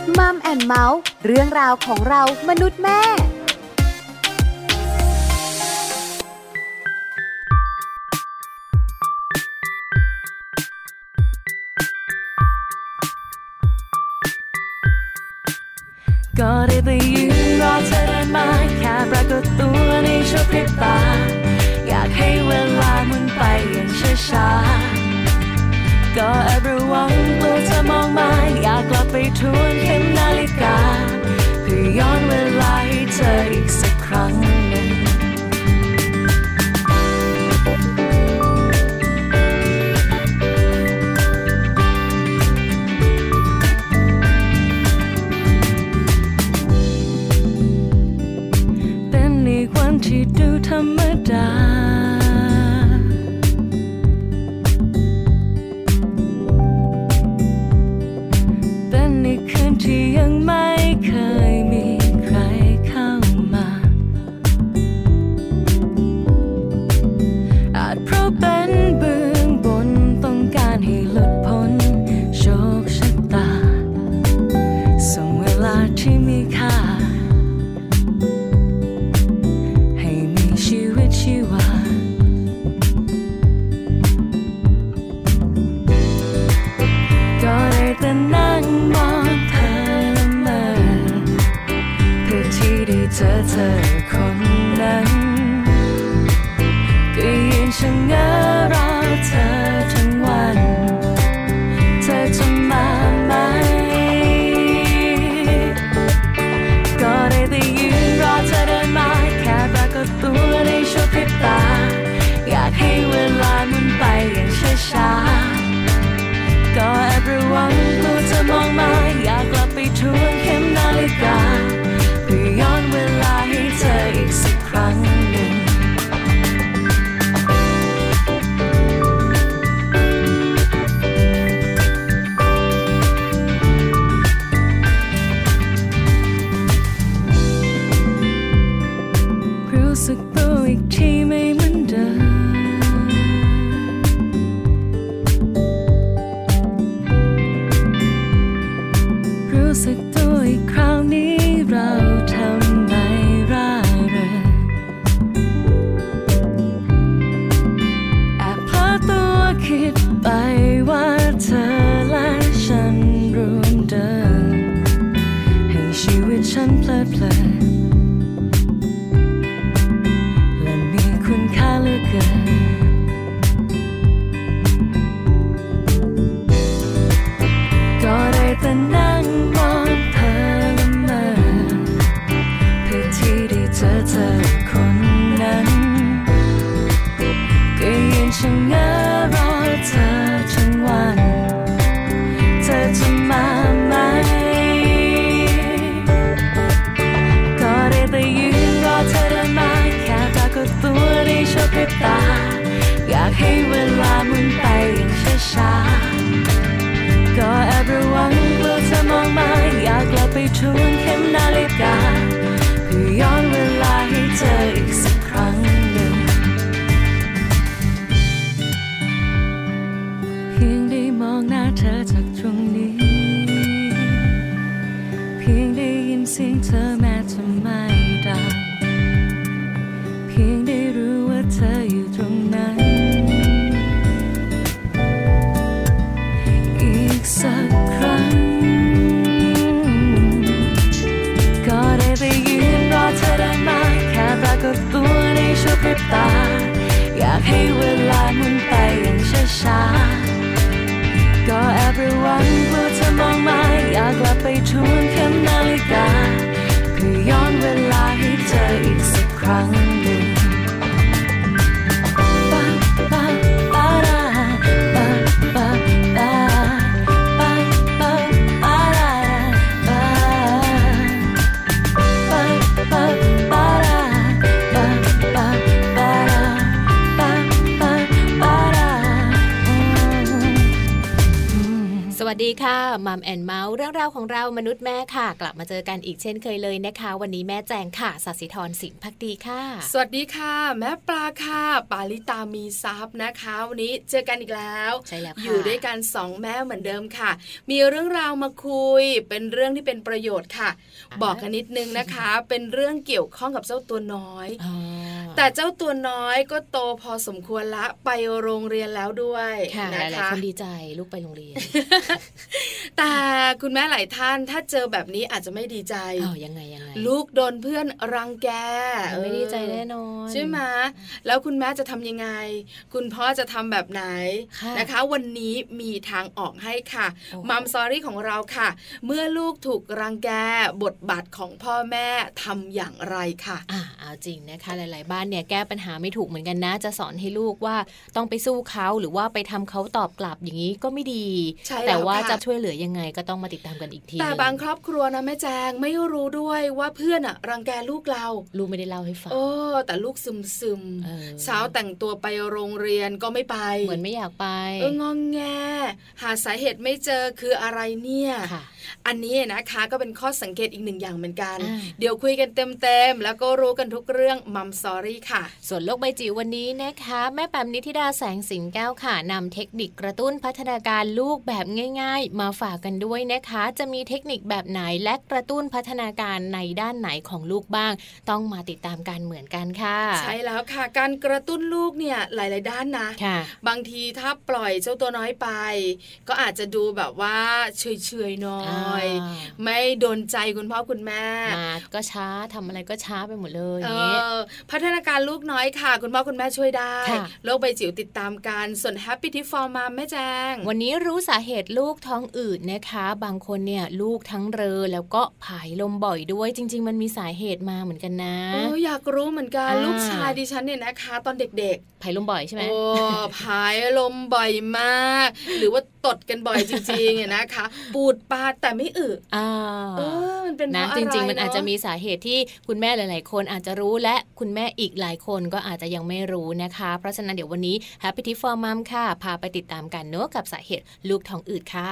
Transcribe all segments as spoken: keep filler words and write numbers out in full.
มัมแอนด์เมาส์เรื่องราวของเรามนุษย์แม่ก็ได้ไปยืนรอเธอเดินมาแค่ปรากฏตัวในชั่วพริบตาอยากให้เวลาหมุนไปอย่างช้าๆก็แอบระวังกลัวเธอมองมาอยากกลับไปทวนเข็มนาฬิกาเพื่อย้อนเวลาให้เธออีกสักครั้งหนึ่งที่ดูธรรมดาเป็นในคืนที่ยังไม่เคยมีใครเข้ามาอาจเพราะเป็นเบื้องบนต้องการให้หลุดพ้นโชคชะตาส่งเวลาที่มีค่าก็ได้แต่นั่งมองเธอละเมอเพื่อที่ได้เจอเธอคนนั้นก็ยืนชะเง้อรอเธอทั้งวันเธอจะมาไหมก็ได้แต่ยืนรอเธอเดินมาแค่ปรากฏตัวในชั่วพริบตาอยากให้เวลาหมุนไปอย่างช้าๆก็แอบระวังกลัวเธอมองมาอยากกลับไปทวนเข็มนาฬิกาเพื่อย้อนเวลาให้เธออีกสักครั้งหนึ่งรู้สึกตัวอีกทีไม่เหมือนเดิมรู้สึกตัวอีกคราวนี้เราทำไมร่าเริงแอบพลาดตัวคิดไปว่าเธอและฉันรวมเดินให้ชีวิตฉันเพลิดเพลินและมีคุณค่าเหลือเกินก็ได้แต่นั่งมองเธอละเมอเพื่อที่ได้เจอเธอคนนั้นก็ยืนชะเง้อรอเธอทั้งวันเธอจะมาไหมก็ได้แต่ยืนรอเธอเดินมาแค่ปรากฏตัวในชั่วพริบตาอยากให้เวลาหมุนไปอย่างช้าๆก็แอบระวังกลัวเธอมองมาอยากกลับไปทวนเข็มนาฬิกาเพื่อย้อนเวลาให้เธออีกสักครั้งหนึ่งเพียงได้มองหน้าเธอจากตรงนี้เพียงได้ยินเสียงเธอแม้จะไม่ดังเพียงได้รู้ว่าเธออยู่ตรงนั้นสักครั้งก็ได้ดีค่ะมัมแอนเมาส์เรื่องราวของเรามนุษย์แม่ค่ะกลับมาเจอกันอีกเช่นเคยเลยนะคะวันนี้แม่แจงค่ะศศิธรสิงห์ภักดีค่ะสวัสดีค่ะแม่ปลาค่ะปาลิตามีซับนะคะวันนี้เจอกันอีกแล้วใช่แล้วค่ะอยู่ด้วยกันสองแม่เหมือนเดิมค่ะมีเรื่องราวมาคุยเป็นเรื่องที่เป็นประโยชน์ค่ะบอกกันนิดนึงนะคะเป็นเรื่องเกี่ยวข้องกับเจ้าตัวน้อยแต่เจ้าตัวน้อยก็โตพอสมควรละไปโรงเรียนแล้วด้วยนะคะหลายคนดีใจลูกไปโรงเรียนแต่คุณแม่หลายท่านถ้าเจอแบบนี้อาจจะไม่ดีใจอ๋อยังไงยังไงลูกโดนเพื่อนรังแกไม่ดีใจแน่นอนใช่ไหมแล้วคุณแม่จะทำยังไงคุณพ่อจะทำแบบไหนนะคะวันนี้มีทางออกให้ค่ะมัมซอรี่ของเราค่ะเมื่อลูกถูกรังแกบทบาทของพ่อแม่ทำอย่างไรค่ะอ่าเอาจริงนะคะหลายๆบ้านเนี่ยแก้ปัญหาไม่ถูกเหมือนกันนะจะสอนให้ลูกว่าต้องไปสู้เขาหรือว่าไปทำเขาตอบกลับอย่างนี้ก็ไม่ดีแต่ว่าจะช่วยเหลือยังไงก็ต้องมาติดตามกันอีกทีแต่บางครอบครัวนะแม่แจงไม่รู้ด้วยว่าเพื่อนอะรังแกลูกเราลูกไม่ได้เล่าให้ฟังโอ้แต่ลูกซึมซึมเช้าแต่งตัวไปโรงเรียนก็ไม่ไปเหมือนไม่อยากไปเอององแงหาสาเหตุไม่เจอคืออะไรเนี่ยอันนี้นะคะก็เป็นข้อสังเกตอีกหนึ่งอย่างเหมือนกันเดี๋ยวคุยกันเต็มๆแล้วก็รู้กันทุกเรื่องมัมซอรี่ค่ะส่วนโลกใบจิ๋ววันนี้นะคะแม่แปมนิธิดาแสงสิงแก้วค่ะนำเทคนิคกระตุ้นพัฒนาการลูกแบบง่ายๆมาฝากกันด้วยนะคะจะมีเทคนิคแบบไหนและกระตุ้นพัฒนาการในด้านไหนของลูกบ้างต้องมาติดตามกันเหมือนกันค่ะใช่แล้วค่ะการกระตุ้นลูกเนี่ยหลายๆด้านนะบางทีถ้าปล่อยเจ้าตัวน้อยไปก็อาจจะดูแบบว่าเฉยๆน้อยไม่โดนใจคุณพ่อคุณแม่มาก็ช้าทำอะไรก็ช้าไปหมดเลยเออพัฒนาการลูกน้อยค่ะคุณพ่อคุณแม่ช่วยได้โลกใบจิ๋วติดตามกันส่วน Happy Tip for Mom แม่แจงวันนี้รู้สาเหตุลูกท้องอืดนะคะบางคนเนี่ยลูกทั้งเรอแล้วก็ผายลมบ่อยด้วยจริงๆมันมีสาเหตุมาเหมือนกันนะโอ้อยากรู้เหมือนกันลูกชายดิฉันเนี่ยนะคะตอนเด็กๆผายลมบ่อยใช่ไหมโอ้ผายลมบ่อยมากหรือว่าตดกันบ่อยจริงๆเนี่ยนะคะปูดปาดแต่ไม่อึอ่าเออมันเป็นเพราะอะไรนะจริงๆมันอาจจะมีสาเหตุที่คุณแม่หลายๆคนอาจจะรู้และคุณแม่อีกหลายคนก็อาจจะยังไม่รู้นะคะเพราะฉะนั้นเดี๋ยววันนี้ Happy Tip for Mom ค่ะพาไปติดตามกันเนอะกับสาเหตุลูกท้องอืดค่ะ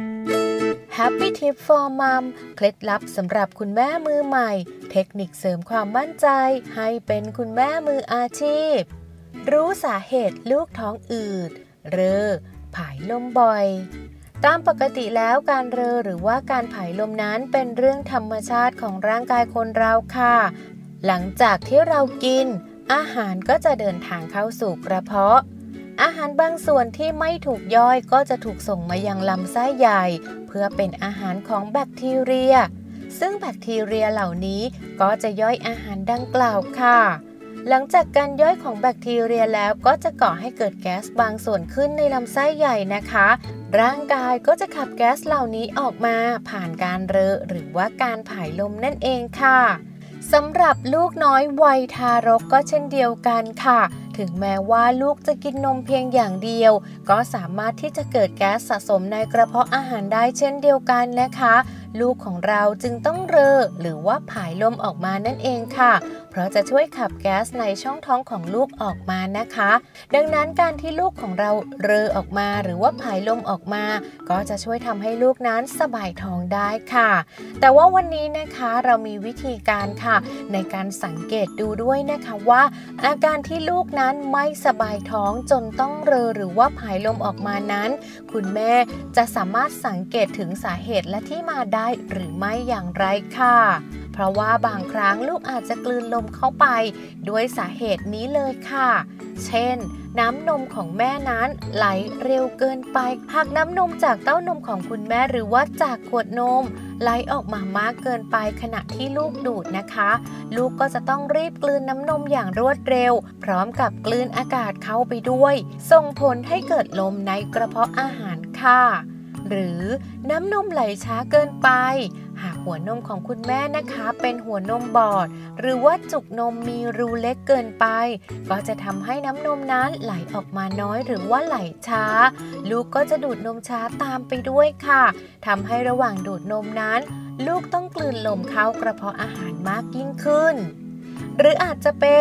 Happy Tip for Mom เคล็ดลับสำหรับคุณแม่มือใหม่เทคนิคเสริมความมั่นใจให้เป็นคุณแม่มืออาชีพรู้สาเหตุลูกท้องอืดเรอผายลมบ่อยตามปกติแล้วการเรอหรือว่าการผายลมนั้นเป็นเรื่องธรรมชาติของร่างกายคนเราค่ะหลังจากที่เรากินอาหารก็จะเดินทางเข้าสู่กระเพาะอาหารบางส่วนที่ไม่ถูกย่อยก็จะถูกส่งมายังลำไส้ใหญ่เพื่อเป็นอาหารของแบคทีเรียซึ่งแบคทีเรียเหล่านี้ก็จะย่อยอาหารดังกล่าวค่ะหลังจากการย่อยของแบคทีเรียแล้วก็จะก่อให้เกิดแก๊สบางส่วนขึ้นในลำไส้ใหญ่นะคะร่างกายก็จะขับแก๊สเหล่านี้ออกมาผ่านการเรอหรือว่าการผายลมนั่นเองค่ะสำหรับลูกน้อยวัยทารกก็เช่นเดียวกันค่ะถึงแม้ว่าลูกจะกินนมเพียงอย่างเดียวก็สามารถที่จะเกิดแก๊สสะสมในกระเพาะอาหารได้เช่นเดียวกันนะคะลูกของเราจึงต้องเรอหรือว่าผายลมออกมานั่นเองค่ะเพราะจะช่วยขับแก๊สในช่องท้องของลูกออกมานะคะดังนั้นการที่ลูกของเราเรอออกมาหรือว่าผายลมออกมาก็จะช่วยทำให้ลูกนั้นสบายท้องได้ค่ะแต่ว่าวันนี้นะคะเรามีวิธีการค่ะในการสังเกตดูด้วยนะคะว่าอาการที่ลูกนั้นไม่สบายท้องจนต้องเรอหรือว่าผายลมออกมานั้นคุณแม่จะสามารถสังเกตถึงสาเหตุและที่มาได้หรือไม่อย่างไรค่ะเพราะว่าบางครั้งลูกอาจจะกลืนลมเข้าไปด้วยสาเหตุนี้เลยค่ะเช่นน้ำนมของแม่นั้นไหลเร็วเกินไปหากน้ำนมจากเต้านมของคุณแม่หรือว่าจากขวดนมไหลออกมามากเกินไปขณะที่ลูกดูดนะคะลูกก็จะต้องรีบกลืนน้ำนมอย่างรวดเร็วพร้อมกับกลืนอากาศเข้าไปด้วยส่งผลให้เกิดลมในกระเพาะอาหารค่ะหรือน้ำนมไหลช้าเกินไปหากหัวนมของคุณแม่นะคะเป็นหัวนมบอดหรือว่าจุกนมมีรูเล็กเกินไปก็จะทำให้น้ำนมนั้นไหลออกมาน้อยหรือว่าไหลช้าลูกก็จะดูดนมช้าตามไปด้วยค่ะทำให้ระหว่างดูดนมนั้นลูกต้องกลืนลมเข้ากระเพาะอาหารมากยิ่งขึ้นหรืออาจจะเป็น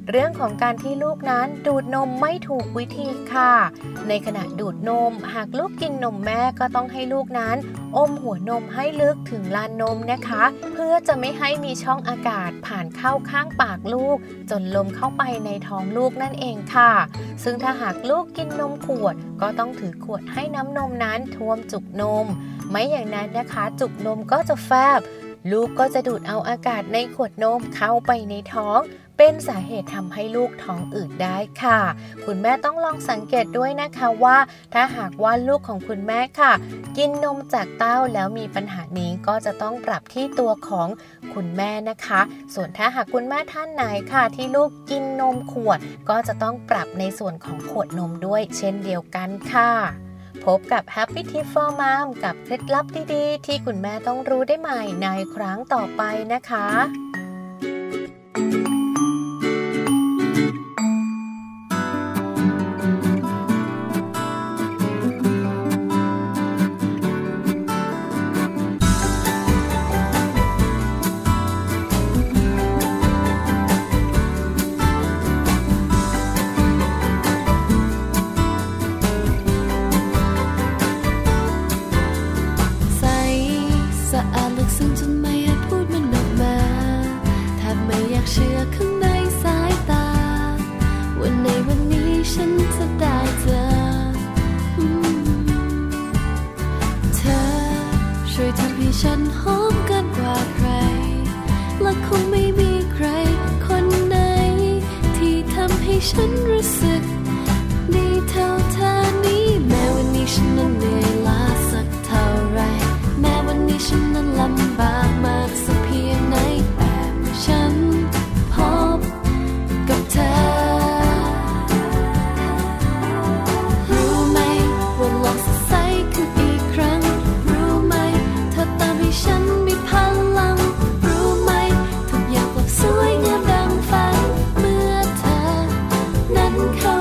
เรื่องของการที่ลูกนั้นดูดนมไม่ถูกวิธีค่ะในขณะดูดนมหากลูกกินนมแม่ก็ต้องให้ลูกนั้นอมหัวนมให้ลึกถึงลานนมนะคะเพื่อจะไม่ให้มีช่องอากาศผ่านเข้าข้างปากลูกจนลมเข้าไปในท้องลูกนั่นเองค่ะซึ่งถ้าหากลูกกินนมขวดก็ต้องถือขวดให้น้ำนมนั้นท่วมจุกนมไม่อย่างนั้นนะคะจุกนมก็จะแฟบลูกก็จะดูดเอาอากาศในขวดนมเข้าไปในท้องเป็นสาเหตุทำให้ลูกท้องอืดได้ค่ะคุณแม่ต้องลองสังเกตด้วยนะคะว่าถ้าหากว่าลูกของคุณแม่ค่ะกินนมจากเต้าแล้วมีปัญหานี้ก็จะต้องปรับที่ตัวของคุณแม่นะคะส่วนถ้าหากคุณแม่ท่านไหนค่ะที่ลูกกินนมขวดก็จะต้องปรับในส่วนของขวดนมด้วยเช่นเดียวกันค่ะพบกับ Happy Tip for Mom กับเคล็ดลับดีๆที่คุณแม่ต้องรู้ได้ใหม่ในครั้งต่อไปนะคะฉันหอมกันกว่าใครและคงไม่มีใครคนไหนที่ทำให้ฉันรู้สึกดีเท่าเธอนี้แม้วันนี้ฉันนั้นเหนื่อยล้าสักเท่าไรแม้วันนี้ฉันนั้นลำบากมากสักเพียงไหนแต่ฉันพบกับเธอรู้ไหมว่าโลกสดใสขึ้นอีกครั้งรู้ไหมเธอตามให้ฉันมีพลังรู้ไหมทุกอย่างกลับสวยงามดังฝันเมื่อเธอนั้นเข้า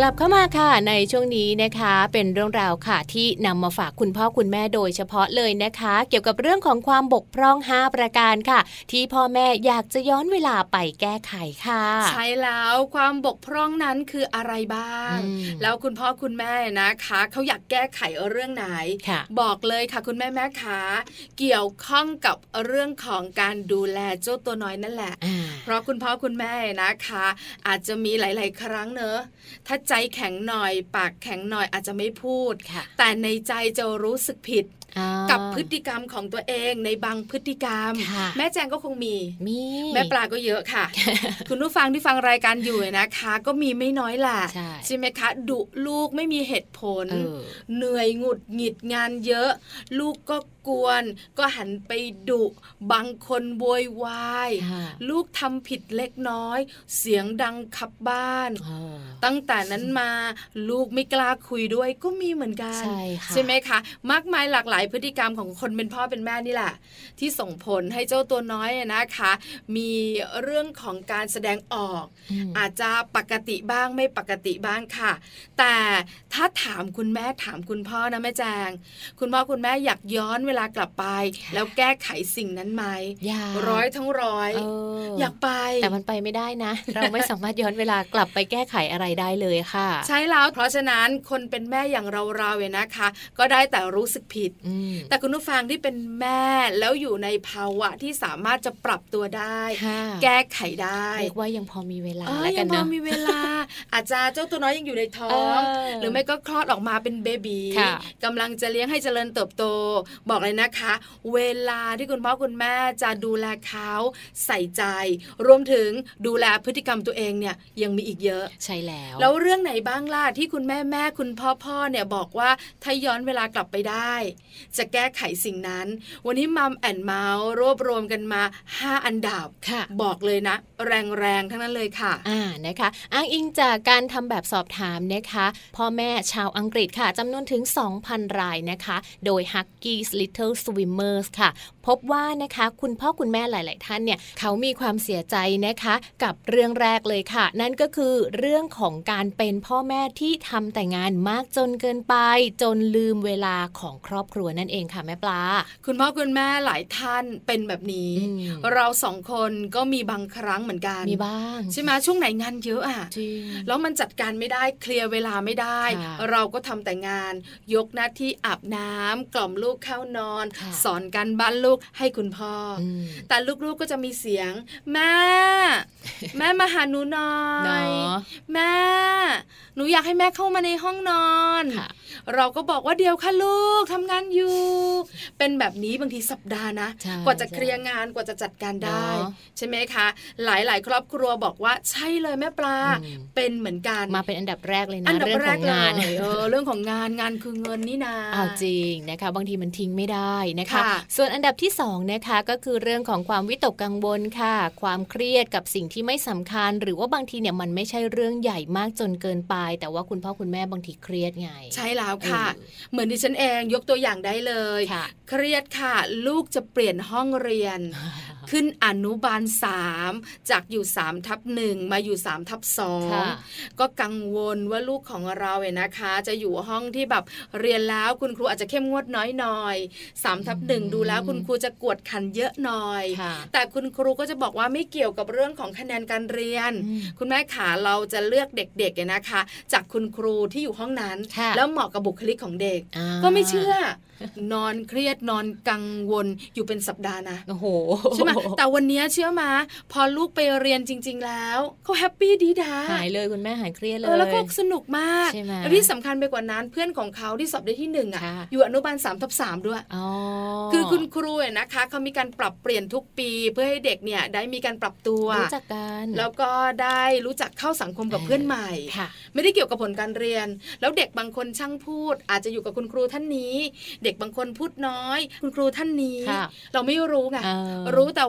ลับเข้ามาค่ะในช่วงนี้นะคะเป็นเรื่องราวค่ะที่นำมาฝากคุณพ่อคุณแม่โดยเฉพาะเลยนะคะเกี่ยวกับเรื่องของความบกพร่องห้าประการค่ะที่พ่อแม่อยากจะย้อนเวลาไปแก้ไขค่ะใช่แล้วความบกพร่องนั้นคืออะไรบ้างแล้วคุณพ่อคุณแม่นะคะเขาอยากแก้ไขเรื่องไหนบอกเลยค่ะคุณแม่แม่ขาเกี่ยวข้องกับเรื่องของการดูแลเจ้าตัวน้อยนั่นแหละเพราะคุณพ่อคุณแม่นะคะอาจจะมีหลายๆครั้งเนอะถ้าใจแข็งหน่อยปากแข็งหน่อยอาจจะไม่พูดแต่ในใจจะรู้สึกผิดกับพฤติกรรมของตัวเองในบางพฤติกรรมแม่แจงก็คงมีมีแม่ปลาก็เยอะค่ะ คุณผู้ฟังที่ฟังรายการอยู่นะคะก็มีไม่น้อยแหละใช่ไหมคะดุลูกไม่มีเหตุผลเหนื่อยหงุดหงิดงานเยอะลูกก็กวนก็หันไปดุบางคนโวยวายลูกทำผิดเล็กน้อยเสียงดังขับบ้านตั้งแต่นั้นมาลูกไม่กล้าคุยด้วยก็มีเหมือนกันใช่ไหมคะมากมายหลากหลายพฤติกรรมของคนเป็นพ่อเป็นแม่นี่แหละที่ส่งผลให้เจ้าตัวน้อยนะคะมีเรื่องของการแสดงออก อ, อาจจะปกติบ้างไม่ปกติบ้างค่ะแต่ถ้าถามคุณแม่ถามคุณพ่อนะแม่แจงคุณพ่อคุณแม่อยากย้อนเวลากลับไปแล้วแก้ไขสิ่งนั้นไหมร้อยทั้งร้อย อ, อยากไปแต่มันไปไม่ได้นะ เราไม่สามารถย้อนเวลากลับไปแก้ไขอะไรได้เลยค่ะใช่แล้วเพราะฉะนั้นคนเป็นแม่อย่างเราๆเนี่ยนะคะก็ได้แต่รู้สึกผิดแต่คุณผู้ฟังที่เป็นแม่แล้วอยู่ในภาวะที่สามารถจะปรับตัวได้แก้ไขได้เรียกว่ายังพอมีเวลาแล้วกันเนาะยังพอมีเวลาอาจจะเจ้าตัวน้อยยังอยู่ในท้องหรือไม่ก็คลอดออกมาเป็นเบบีกำลังจะเลี้ยงให้เจริญเติบโตบอกเลยนะคะเวลาที่คุณพ่อคุณแม่จะดูแลเขาใส่ใจรวมถึงดูแลพฤติกรรมตัวเองเนี่ยยังมีอีกเยอะใช่แล้วแล้วเรื่องไหนบ้างล่ะที่คุณแม่แม่คุณพ่อพ่อเนี่ยบอกว่าถ้าย้อนเวลากลับไปได้จะแก้ไขสิ่งนั้นวันนี้มัมแอนด์เมาส์รวบรวมกันมาห้าอันดับบอกเลยนะแรงๆทั้งนั้นเลยค่ะอ่านะคะอ้างอิงจากการทำแบบสอบถามนะคะพ่อแม่ชาวอังกฤษค่ะจำนวนถึง สองพัน รายนะคะโดย Huggies Little Swimmers ค่ะพบว่านะคะคุณพ่อคุณแม่หลายๆท่านเนี่ยเขามีความเสียใจนะคะกับเรื่องแรกเลยค่ะนั่นก็คือเรื่องของการเป็นพ่อแม่ที่ทำแต่งานมากจนเกินไปจนลืมเวลาของครอบครัวนั่นเองค่ะแม่ปลาคุณพ่อคุณแม่หลายท่านเป็นแบบนี้เราสองคนก็มีบางครั้งเหมือนกันมีบ้างใช่ไหมช่วงไหนงานเยอะอ่ะแล้วมันจัดการไม่ได้เคลียร์เวลาไม่ได้เราก็ทำแต่งานยกหน้าที่อาบน้ำกล่อมลูกเข้านอนสอนการบ้านลูกให้คุณพ่อแต่ลูกๆ ก, ก็จะมีเสียงแม่แม่มาหาหนูหน่อยแม่หนูอยากให้แม่เข้ามาในห้องนอนเราก็บอกว่าเดี๋ยวค่ะลูกทำงานอยู่เป็นแบบนี้บางทีสัปดาห์นะกว่าจะเคลียร์งานกว่าจะจัดการได้ใช่ไหมคะหลายๆครอบครัวบอกว่าใช่เลยแม่ปลาเป็นเหมือนกันมาเป็นอันดับแรกเลยนะเรื่องของงานเออเรื่องของงานงานคือเงินนี่นาเอาจริงนะคะบางทีมันทิ้งไม่ได้นะคะส่วนอันดับที่สองนะคะก็คือเรื่องของความวิตกกังวลค่ะความเครียดกับสิ่งที่ไม่สำคัญหรือว่าบางทีเนี่ยมันไม่ใช่เรื่องใหญ่มากจนเกินไปแต่ว่าคุณพ่อคุณแม่บางทีเครียดไงใช่แล้วค่ะเหมือนดิฉันเองยกตัวอย่างได้เลยเครียดค่ะลูกจะเปลี่ยนห้องเรียนขึ้นอนุบาลสามจากอยู่สามทับหนึ่งมาอยู่สามทับสองก็กังวลว่าลูกของเราเนี่ยนะคะจะอยู่ห้องที่แบบเรียนแล้วคุณครูอาจจะเข้มงวดน้อยหน่อยสามทับหนึ่งดูแล้วคุณครูจะกวดขันเยอะหน่อยแต่คุณครูก็จะบอกว่าไม่เกี่ยวกับเรื่องของคะแนนการเรียนคุณแม่ขาเราจะเลือกเด็กๆเนี่ยนะคะจากคุณครูที่อยู่ห้องนั้นแล้วเหมาะกับบุคลิกของเด็กก็ไม่เชื่อนอนเครียดนอนกังวลอยู่เป็นสัปดาห์นะโอ้โหใช่ไหมแต่วันนี้เชื่อมาพอลูกไปเรียนจริงๆแล้วเขาแฮปปี้ดีดาหายเลยคุณแม่หายเครียดเลยแล้วก็สนุกมากและที่สำคัญไปกว่านั้นเพื่อนของเขาที่สอบได้ที่หนึ่งอ่ะอยู่อนุบาลสามทับสามด้วยคือคุณครูเนี่ยนะคะเขามีการปรับเปลี่ยนทุกปีเพื่อให้เด็กเนี่ยได้มีการปรับตัวรู้จักกันแล้วก็ได้รู้จักเข้าสังคมกับเพื่อนใหม่ไม่ได้เกี่ยวกับผลการเรียนแล้วเด็กบางคนช่างพูดอาจจะอยู่กับคุณครูท่านนี้เด็กบางคนพูดน้อยคุณครูท่านนี้เราไม่รู้ไงรู้แต่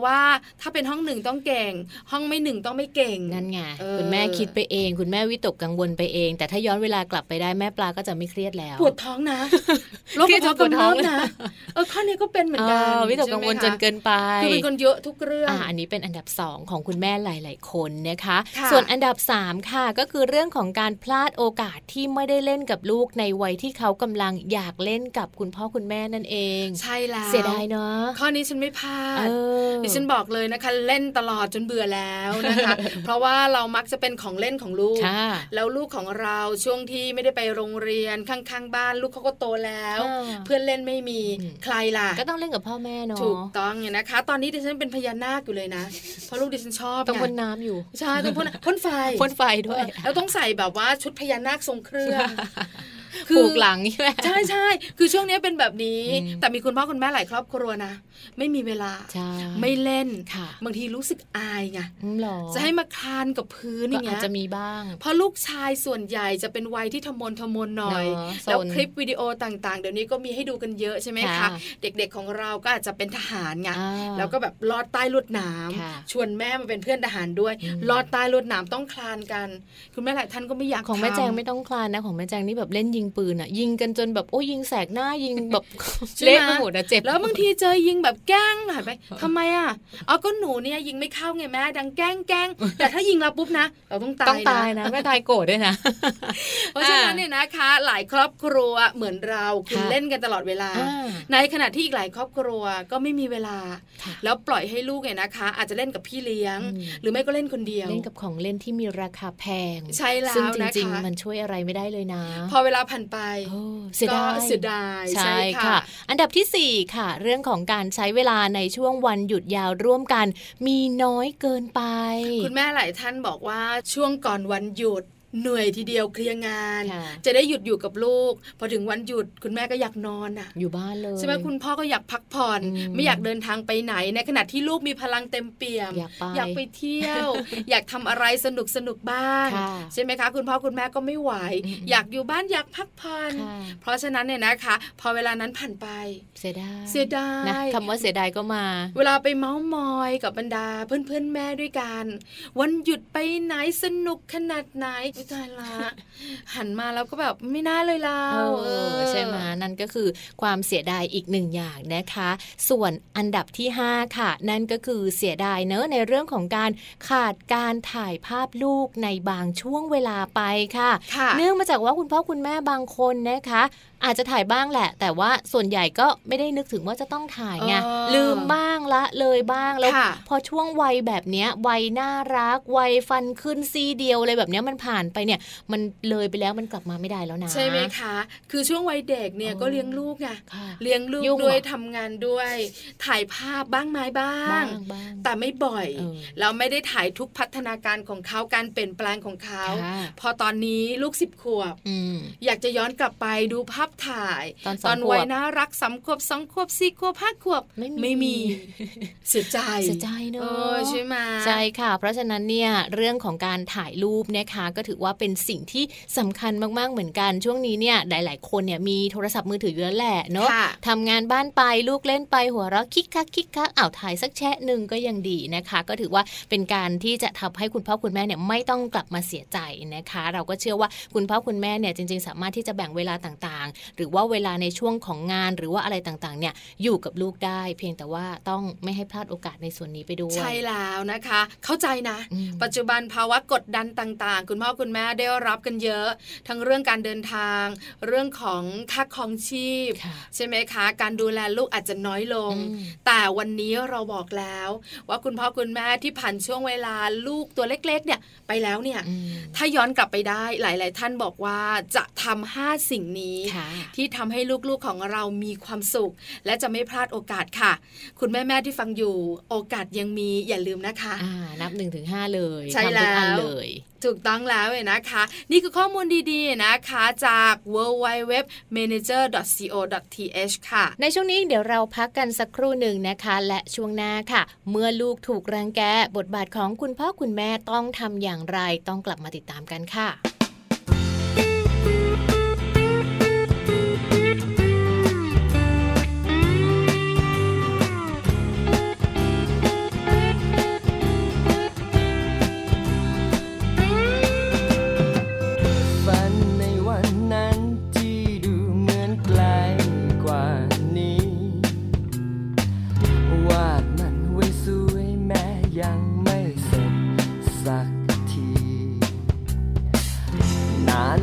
ว่าถ้าเป็นห้องหนึ่งต้องเก่งห้องไม่หนึ่งต้องไม่เก่งนั่นไงคุณแม่คิดไปเองคุณแม่วิตกกังวลไปเองแต่ถ้าย้อนเวลากลับไปได้แม่ปลาก็จะไม่เครียดแล้วปวดท้องนะโรคปวดท้องนะเออข้อนี้ก็เป็นเหมือนกันวิตกกังวลจนเกินไปคือเป็นคนเยอะทุกเรื่องอ่าอันนี้เป็นอันดับสองของคุณแม่หลายๆคนนะคะส่วนอันดับสามค่ะก็คือเรื่องของการพลาดโอกาสที่ไม่ได้เล่นกับลูกในวัยที่เขากำลังอยากเล่นกับคุณพ่อคุณแม่นั่นเองใช่แล้วเสียดายเนาะข้อนี้ฉันไม่พลาดดิฉันบอกเลยนะคะเล่นตลอดจนเบื่อแล้วนะคะเพราะว่าเรามักจะเป็นของเล่นของลูกแล้วลูกของเราช่วงที่ไม่ได้ไปโรงเรียนข้างๆบ้านลูกเขาก็โตแล้วเพื่อนเล่นไม่มีใครล่ะก็ต้องเล่นกับพ่อแม่เนาะถูกต้องเนี่ยนะคะตอนนี้ดิฉันเป็นพญานาคอยู่เลยนะเพราะลูกดิฉันชอบต้องพ่นน้ำอยู่ใช่ต้องพ่นพ่นไฟพ่นไฟด้วยแล้วต้องใส่แบบว่าชุดพญานาคทรงเครื่องผูกหลังใช่ไหมใช่ใช่คือช่วงนี้เป็นแบบนี้แต่มีคุณพ่อคุณแม่หลายครอบครัวนะไม่มีเวลาไม่เล่นบางทีรู้สึกอายไงจะให้มาคลานกับพื้นอย่างเงี้ยอาจจะมีบ้างเพราะลูกชายส่วนใหญ่จะเป็นวัยที่ทมนทมนหน่อยแล้วคลิปวิดีโอต่างๆเดี๋ยวนี้ก็มีให้ดูกันเยอะใช่ไหมคะเด็กๆของเราก็อาจจะเป็นทหารไงแล้วก็แบบลอดใต้ลวดหนามชวนแม่มาเป็นเพื่อนทหารด้วยลอดใต้ลวดหนามต้องคลานกันคุณแม่หลายท่านก็ไม่อยากของแม่แจงไม่ต้องคลานนะของแม่แจงนี่แบบเล่นยิงปืนอ่ะยิงกันจนแบบโอ้ยิงแสกหน้ายิงแบบเละไปหมดนะเจ็บแล้วบางทีเจอยิงแบบแกล้งหน่อยไปทำไมอ่ะอ๋อก็หนูเนี่ยยิงไม่เข้าไงแม่ดังแกล้งแกล้งแต่ถ้ายิงเราปุ๊บนะเราต้องตายต้องตายนะไม่ตายโกรธด้วยนะเพราะฉะนั้นเนี่ยนะคะหลายครอบครัวเหมือนเราคือเล่นกันตลอดเวลาในขณะที่อีกหลายครอบครัวก็ไม่มีเวลาแล้วปล่อยให้ลูกเนี่ยนะคะอาจจะเล่นกับพี่เลี้ยงหรือไม่ก็เล่นคนเดียวเล่นกับของเล่นที่มีราคาแพงใช่แล้วซึ่งจริงๆมันช่วยอะไรไม่ได้เลยนะพอเวลาผ่านไปเสียดายเสียดายใช่ค่ะอันดับที่สี่ค่ะเรื่องของการใช้เวลาในช่วงวันหยุดยาวร่วมกันมีน้อยเกินไปคุณแม่หลายท่านบอกว่าช่วงก่อนวันหยุดเหนื่อยทีเดียวเคลียร์งานจะได้หยุดอยู่กับลูกพอถึงวันหยุดคุณแม่ก็อยากนอนอ่ะอยู่บ้านเลยใช่ไหมคุณพ่อก็อยากพักผ่อนไม่อยากเดินทางไปไหนในขณะที่ลูกมีพลังเต็มเปี่ยมอยากไปอยากไปเที่ยว อยากทำอะไรสนุกสนุกบ้างใช่ไหมคะคุณพ่อคุณแม่ก็ไม่ไหวอยากอยู่บ้านอยากพักผ่อนเพราะฉะนั้นเนี่ยนะคะพอเวลานั้นผ่านไปเสียดายเสียดายนะคำว่าเสียดายก็มาเวลาไปเม้ามอยกับบรรดาเพื่อนเพื่อนแม่ด้วยกันวันหยุดไปไหนสนุกขนาดไหนไม่ตายละหันมาแล้วก็แบบไม่น่าเลยเราเออใช่ไหมนั่นก็คือความเสียดายอีกหนึ่งอย่างนะคะส่วนอันดับที่ห้าค่ะนั่นก็คือเสียดายเนอะในเรื่องของการขาดการถ่ายภาพลูกในบางช่วงเวลาไปค่ะเนื่องมาจากว่าคุณพ่อคุณแม่บางคนนะคะอาจจะถ่ายบ้างแหละแต่ว่าส่วนใหญ่ก็ไม่ได้นึกถึงว่าจะต้องถ่ายไงลืมบ้างละเลยบ้างแล้วพอช่วงวัยแบบเนี้ยวัยน่ารักวัยฟันขึ้นซี่เดียวอะไรแบบเนี้ยมันผ่านไปเนี่ยมันเลยไปแล้วมันกลับมาไม่ได้แล้วนะใช่ไหมคะคือช่วงวัยเด็กเนี่ยก็เลี้ยงลูกไงเลี้ยงลูกด้วยทำงานด้วยถ่ายภาพบ้างไหมบ้างแต่ไม่บ่อยเราไม่ได้ถ่ายทุกพัฒนาการของเขาการเปลี่ยนแปลงของเขาพอตอนนี้ลูกสิบขวบอยากจะย้อนกลับไปดูภาพถ่ายตอน, ตอนวัยน่ารักสามขวบสองขวบสี่ขวบห้าขวบไม่ไม่มีเสียใจเสียใจเนอะใช่ไหมใช่ค่ะเพราะฉะนั้นเนี่ยเรื่องของการถ่ายรูปนะคะก็ถือว่าเป็นสิ่งที่สำคัญมากๆเหมือนกันช่วงนี้เนี่ยหลายๆคนเนี่ยมีโทรศัพท์มือถืออยู่แล้วแหละเนาะทำงานบ้านไปลูกเล่นไปหัวเราะคิกคักคิกคักอ้าวถ่ายสักแชะหนึ่งก็ยังดีนะคะก็ถือว่าเป็นการที่จะทำให้คุณพ่อคุณแม่เนี่ยไม่ต้องกลับมาเสียใจนะคะเราก็เชื่อว่าคุณพ่อคุณแม่เนี่ยจริงๆสามารถที่จะแบ่งเวลาต่างๆหรือว่าเวลาในช่วงของงานหรือว่าอะไรต่างๆเนี่ยอยู่กับลูกได้เพียงแต่ว่าต้องไม่ให้พลาดโอกาสในส่วนนี้ไปด้วยใช่แล้วนะคะเข้าใจนะปัจจุบันภาวะกดดันต่างๆคุณพ่อคุณแม่ได้รับกันเยอะทั้งเรื่องการเดินทางเรื่องของค่าครองชีพใช่ไหมคะการดูแลลูกอาจจะน้อยลงแต่วันนี้เราบอกแล้วว่าคุณพ่อคุณแม่ที่ผ่านช่วงเวลาลูกตัวเล็กๆเนี่ยไปแล้วเนี่ยถ้าย้อนกลับไปได้หลายๆท่านบอกว่าจะทำห้าสิ่งนี้ที่ทำให้ลูกๆของเรามีความสุขและจะไม่พลาดโอกาสค่ะคุณแม่ๆที่ฟังอยู่โอกาสยังมีอย่าลืมนะคะนับ หนึ่งถึงห้า เลยใช่แล้วถูกต้องแล้วเลยนะคะนี่คือข้อมูลดีๆนะคะจาก ดับเบิลยู ดับเบิลยู ดับเบิลยู ดอท แมเนเจอร์ ดอท ซี โอ ดอท ที เอช ค่ะในช่วงนี้เดี๋ยวเราพักกันสักครู่หนึ่งนะคะและช่วงหน้าค่ะเมื่อลูกถูกรังแกบทบาทของคุณพ่อคุณแม่ต้องทำอย่างไรต้องกลับมาติดตามกันค่ะ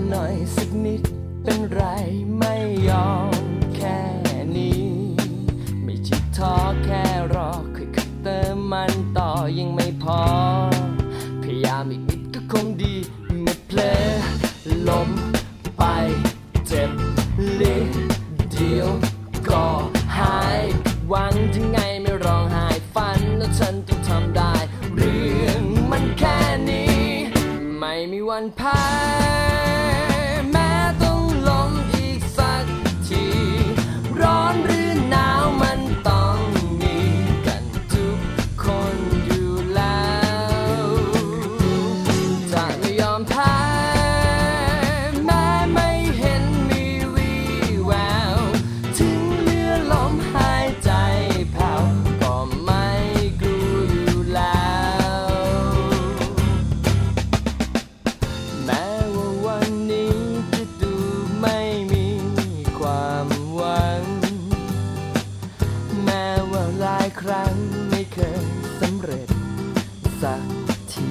หน่อยสักนิดเป็นไรไม่ยอมแค่นี้ไม่ใช่ท้อแค่รอค่อยๆเติมมันต่อยังไม่พอพยายามอีกนิดก็คงดีไม่เพลอล้มไปเจ็บลิดเดียวก็หายหวังถึงไงไม่ร้องไห้ฝันแล้วฉันต้องทำได้เรื่องมันแค่นี้ไม่มีวันแพ้แม้ต้องล้มอีกสักทีร้อนหรือหนาวมันต้องมีกันทุกคนอยู่แล้วจะไม่ยอมแพ้แม้ไม่เห็นมีวี่แววถึงเหลือลมหายใจแผ่วก็ไม่กลัวอยู่แล้วแม้ว่าวันนี้จะดูไม่มีความหวังแม้ว่าหลายครั้งไม่เคยสำเร็จสักที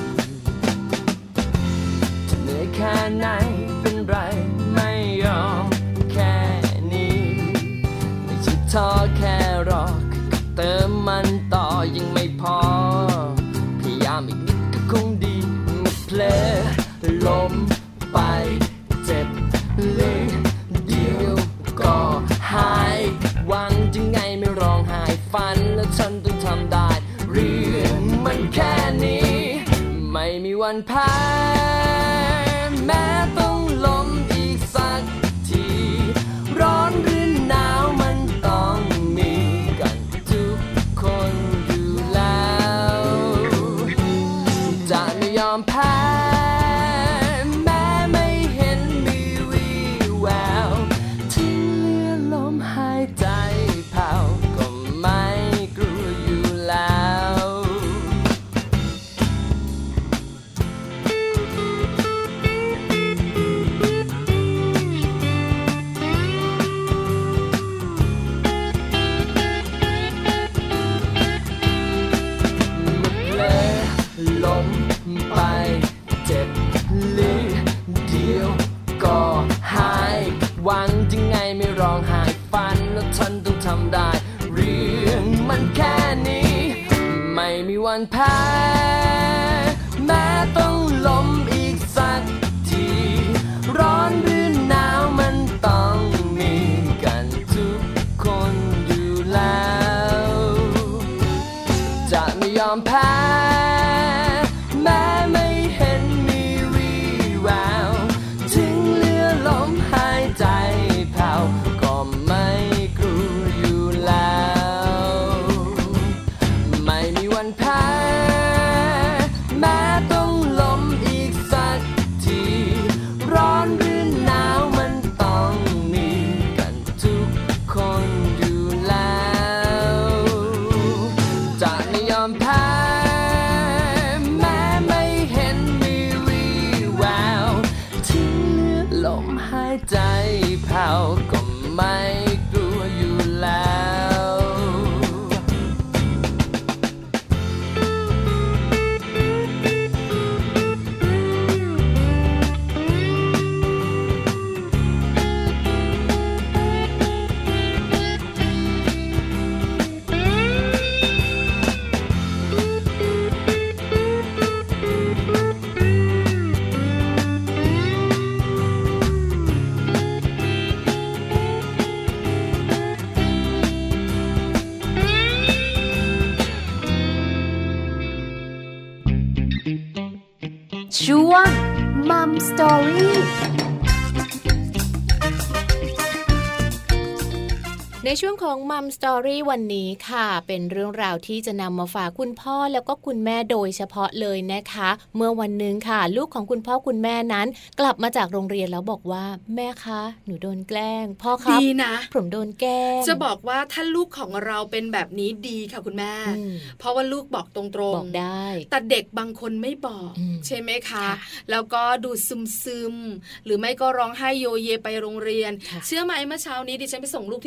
จะเหนื่อยแค่ไหนเป็นไรไม่ยอมแค่นี้ไม่ใช่ท้อแค่รอเติมมันต่อยังไม่พอพยายามอีกนิดก็คงดีไม่เพลอล้มไปเจ็บเลยเดียวก็หายหวังจะไงไม่ร้องไห้ฝันแล้วฉันต้องทำได้เรื่องมันแค่นี้ไม่มีวันแพ้แม้ต้องล้มอีกสักทีร้อนหรือหนาวมันต้องมีกันทุกคนอยู่แล้วจะไม่ยอมแพ้แม้ไม่เห็นมีวี่แววที่เหลือลมหายใจแผ่วก็ไม่กลัวอยู่แล้วล้มไปเจ็บลิเดียวก็หายหวังจะไงไม่ร้องไห้ฝันแล้วฉันต้องทำได้เรื่องมันแค่นี้ไม่มีวันแพ้แม้ต้องล้มอีกสักทีร้อนหรือหนาวมันต้องมีกันทุกคนอยู่แล้วจะไม่ยอมแพ้แม้ไม่เห็นมีวี่แววถึงเหลือลมหายใจแผ่วก็ไม่กลัวอยู่แล้วไม่มีวันแพ้แม้ต้องล้มอีกสักทีร้อนหรือหนาวมันต้องมีกันทุกคนอยู่แล้วจะไม่ยอมแพ้แม้ไม่เห็นมีวี่แววที่เหลือลมหายใจแผ่วก็ไม่กลัวอยู่แล้วช่วงมัมสตอรี่ในช่วงของมัมสตอรี่วันนี้ค่ะเป็นเรื่องราวที่จะนำมาฝากคุณพ่อแล้วก็คุณแม่โดยเฉพาะเลยนะคะเมื่อวันนึงค่ะลูกของคุณพ่อคุณแม่นั้นกลับมาจากโรงเรียนแล้วบอกว่าแม่คะหนูโดนแกล้งพ่อครับดีนะผมโดนแกล้งจะบอกว่าถ้าลูกของเราเป็นแบบนี้ดีค่ะคุณแม่เพราะว่าลูกบอกตรงๆบอกได้แต่เด็กบางคนไม่บอกใช่ไหมคะแล้วก็ดูซึมๆหรือไม่ก็ร้องไห้โยเยไปโรงเรียนเชื่อไหมเมื่อเช้านี้ดิฉันไปส่งลูกที่โรงเรียน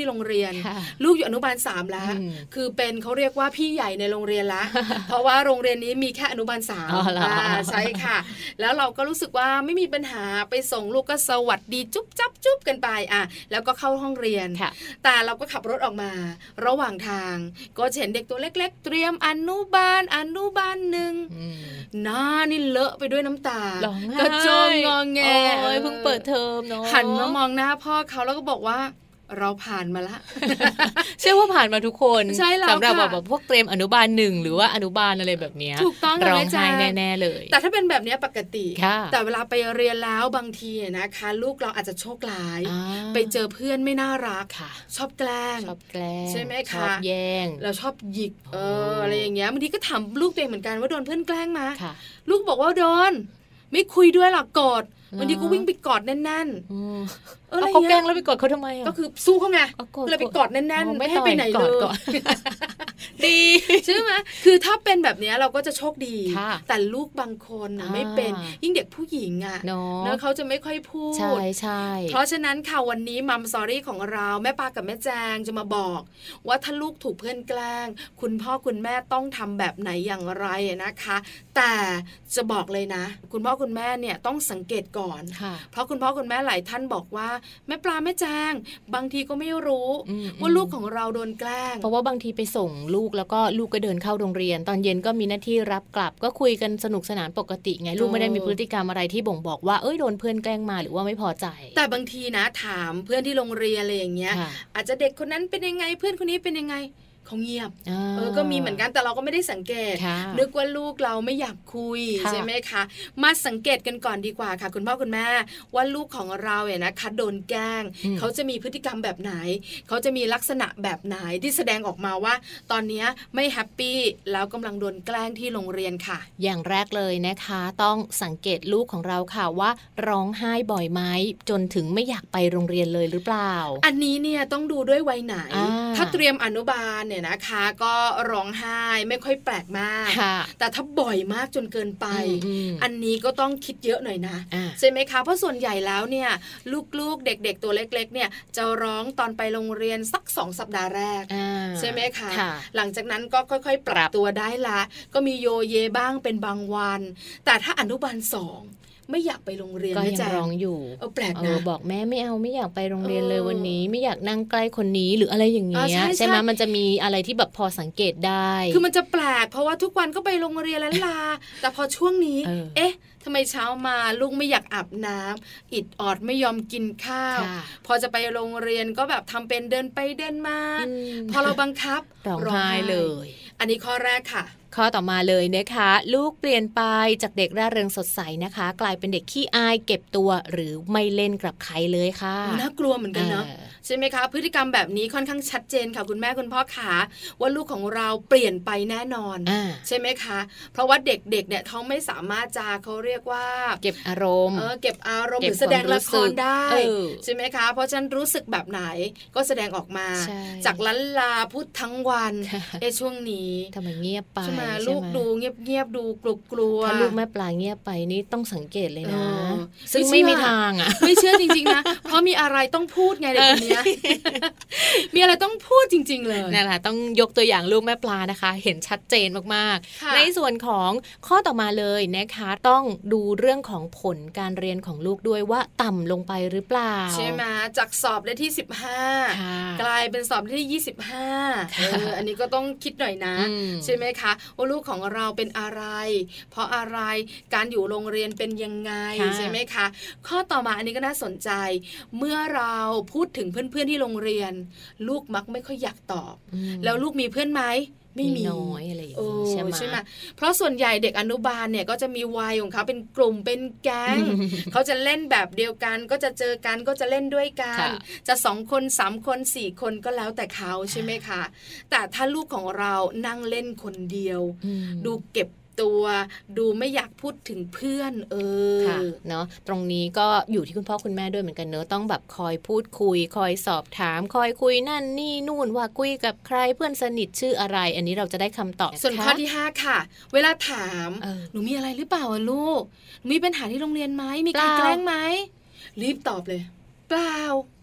นลูกอยู่อนุบาลสามแล้วคือเป็นเขาเรียกว่าพี่ใหญ่ในโรงเรียนละเพราะว่าโรงเรียนนี้มีแค่อนุบาลสามใช่ค่ะแล้วเราก็รู้สึกว่าไม่มีปัญหาไปส่งลูกก็สวัสดีจุ๊บจับจุ๊บกันไปอ่ะแล้วก็เข้าห้องเรียนแต่เราก็ขับรถออกมาระหว่างทางก็เห็นเด็กตัวเล็กๆเตรียมอนุบาลอนุบาลหนึ่งหน้านี่เลอะไปด้วยน้ำตากระโจนงอแงเพิ่งเปิดเทอมเนาะหันมามองหน้าพ่อเขาแล้วก็บอกว่าเราผ่านมาละเชื่อว่าผ่านมาทุกคนสำหรับแบบพวกเตรียมอนุบาลหนึ่งหรือว่าอนุบาลอะไรแบบนี้ถูกต้องร้องไห้แน่ๆเลยแต่ถ้าเป็นแบบนี้ปกติแต่เวลาไปเรียนแล้วบางทีนะคะลูกเราอาจจะโชคร้ายไปเจอเพื่อนไม่น่ารักชอบแกล้งชอบแกล้งใช่ไหมคะชอบแย่งเราชอบหยิกเอออะไรอย่างเงี้ยบางทีก็ถามลูกตัวเองเหมือนกันว่าโดนเพื่อนแกล้งมาลูกบอกว่าโดนไม่คุยด้วยหรอกกอดวันนี้ก็วิ่งไปกอดแน่นๆเออเขาแกล้งแล้วไปกอดเขาทำไมอ่ะก็คือสู้เขาไงเลยไปกอดแน่นๆไม่ให้ไปไหนเลยดีใช่ไหมคือถ้าเป็นแบบนี้เราก็จะโชคดีแต่ลูกบางคนไม่เป็นยิ่งเด็กผู้หญิงอ่ะเนาะเขาจะไม่ค่อยพูดใช่ใช่เพราะฉะนั้นค่ะวันนี้มัมสอรี่ของเราแม่ปากับแม่แจงจะมาบอกว่าถ้าลูกถูกเพื่อนแกล้งคุณพ่อคุณแม่ต้องทำแบบไหนอย่างไรนะคะแต่จะบอกเลยนะคุณพ่อคุณแม่เนี่ยต้องสังเกตก่อนเพราะคุณพ่อคุณแม่หลายท่านบอกว่าแม่ปลาแม่แจงบางทีก็ไม่รู้ว่าลูกของเราโดนแกล้งเพราะว่าบางทีไปส่งลูกแล้วก็ลูกก็เดินเข้าโรงเรียนตอนเย็นก็มีหน้าที่รับกลับก็คุยกันสนุกสนานปกติไงลูกไม่ได้มีพฤติกรรมอะไรที่บ่งบอกว่าเอ้ยโดนเพื่อนแกล้งมาหรือว่าไม่พอใจแต่บางทีนะถามเพื่อนที่โรงเรียนอะไรอย่างเงี้ยอาจจะเด็กคนนั้นเป็นยังไงเพื่อนคนนี้เป็นยังไงเขาเงียบเออก็มีเหมือนกันแต่เราก็ไม่ได้สังเกตนึกว่าลูกเราไม่อยากคุยใช่ไหมคะมาสังเกตกันก่อนดีกว่าค่ะคุณพ่อคุณแม่ว่าลูกของเราเนี่ยนะคะโดนแกล้งเขาจะมีพฤติกรรมแบบไหนเขาจะมีลักษณะแบบไหนที่แสดงออกมาว่าตอนนี้ไม่แฮปปี้แล้วกำลังโดนแกล้งที่โรงเรียนค่ะอย่างแรกเลยนะคะต้องสังเกตลูกของเราค่ะว่าร้องไห้บ่อยไหมจนถึงไม่อยากไปโรงเรียนเลยหรือเปล่าอันนี้เนี่ยต้องดูด้วยวัยไหนถ้าเตรียมอนุบาลเนี่ยนะคะก็ร้องไห้ไม่ค่อยแปลกมากแต่ถ้าบ่อยมากจนเกินไป อ, อันนี้ก็ต้องคิดเยอะหน่อยนะใช่ไหมคะเพราะส่วนใหญ่แล้วเนี่ยลูกๆเด็กๆตัวเล็กๆเนี่ยจะร้องตอนไปโรงเรียนสักสองสัปดาห์แรกใช่ไหมคะหลังจากนั้นก็ค่อยๆปรับตัวได้ละก็มีโยเยบ้างเป็นบางวันแต่ถ้าอนุบาลสองไม่อยากไปโรงเรียนก็ยังร้องอยู่เออแปลกนะบอกแม่ไม่เอาไม่อยากไปโรงเรียนเลยวันนี้ไม่อยากนั่งใกล้คนนี้หรืออะไรอย่างเงี้ยใช่ไหมมันจะมีอะไรที่แบบพอสังเกตได้คือมันจะแปลกเพราะว่าทุกวันก็ไปโรงเรียนแล้วลาแต่พอช่วงนี้เอ๊ะทำไมเช้ามาลูกไม่อยากอาบน้ำอิดออดไม่ยอมกินข้าวพอจะไปโรงเรียนก็แบบทำเป็นเดินไปเดินมาพอเราบังคับร้องไห้เลยอันนี้ข้อแรกค่ะข้อต่อมาเลยนะคะลูกเปลี่ยนไปจากเด็กร่าเริงสดใสนะคะกลายเป็นเด็กขี้อายเก็บตัวหรือไม่เล่นกับใครเลยค่ะน่ากลัวเหมือนกันเนาะใช่ไหมคะพฤติกรรมแบบนี้ค่อนข้างชัดเจนค่ะคุณแม่คุณพ่อขาว่าลูกของเราเปลี่ยนไปแน่นอนใช่ไหมคะเพราะว่าเด็กๆเนี่ยเขาไม่สามารถจะเขาเรียกว่าเก็บอารมณ์เออเก็บอารมณ์หรือแสดงละครได้ใช่ไหมคะเพราะฉะนั้นรู้สึกแบบไหนก็แสดงออกมาจากลันลาพูดทั้งวันในช่วงนี้ทำไมเงียบไปใช่ไหมลูกดูเงียบๆดูกลัวๆถ้าลูกแม่ปลาเงียบไปนี่ต้องสังเกตเลยนะซึ่งไม่มีทางอ่ะไม่เชื่อจริงๆนะเพราะมีอะไรต้องพูดไงเด็กคนนี้มีอะไรต้องพูดจริงๆเลยนั่นแหละต้องยกตัวอย่างลูกแม่ปลานะคะเห็นชัดเจนมากๆในส่วนของข้อต่อมาเลยนะคะต้องดูเรื่องของผลการเรียนของลูกด้วยว่าต่ำลงไปหรือเปล่าใช่ไหมจากสอบได้ที่สิบห้ากลายเป็นสอบได้ที่ยี่สิบห้าเอออันนี้ก็ต้องคิดหน่อยนะใช่ไหมคะว่าลูกของเราเป็นอะไรเพราะอะไรการอยู่โรงเรียนเป็นยังไงใช่ไหมคะข้อต่อมาอันนี้ก็น่าสนใจเมื่อเราพูดถึงเพื่อนๆที่โรงเรียนลูกมักไม่ค่อยอยากตอบแล้วลูกมีเพื่อนไหมไม่มีน้อยอะไรอย่างนี้ใช่ไหมใช่ไหมเพราะส่วนใหญ่เด็กอนุบาลเนี่ยก็จะมีวัยของเขาเป็นกลุ่มเป็นแก๊ง เขาจะเล่นแบบเดียวกันก็จะเจอกันก็จะเล่นด้วยกันจะสองคนสามคนสี่คนก็แล้วแต่เขาใช่ไหมคะแต่ถ้าลูกของเรานั่งเล่นคนเดียวดูเก็บตัวดูไม่อยากพูดถึงเพื่อนเออเนาะตรงนี้ก็อยู่ที่คุณพ่อคุณแม่ด้วยเหมือนกันเนอะต้องแบบคอยพูดคุยคอยสอบถามคอยคุยนั่นนี่นู่นว่าคุยกับใครเพื่อนสนิทชื่ออะไรอันนี้เราจะได้คำตอบส่วนข้อที่ห้าค่ะเวลาถามหนูมีอะไรหรือเปล่าลูกมีปัญหาที่โรงเรียนไหมมีใครแกล้งไหมรีบตอบเลยเปล่า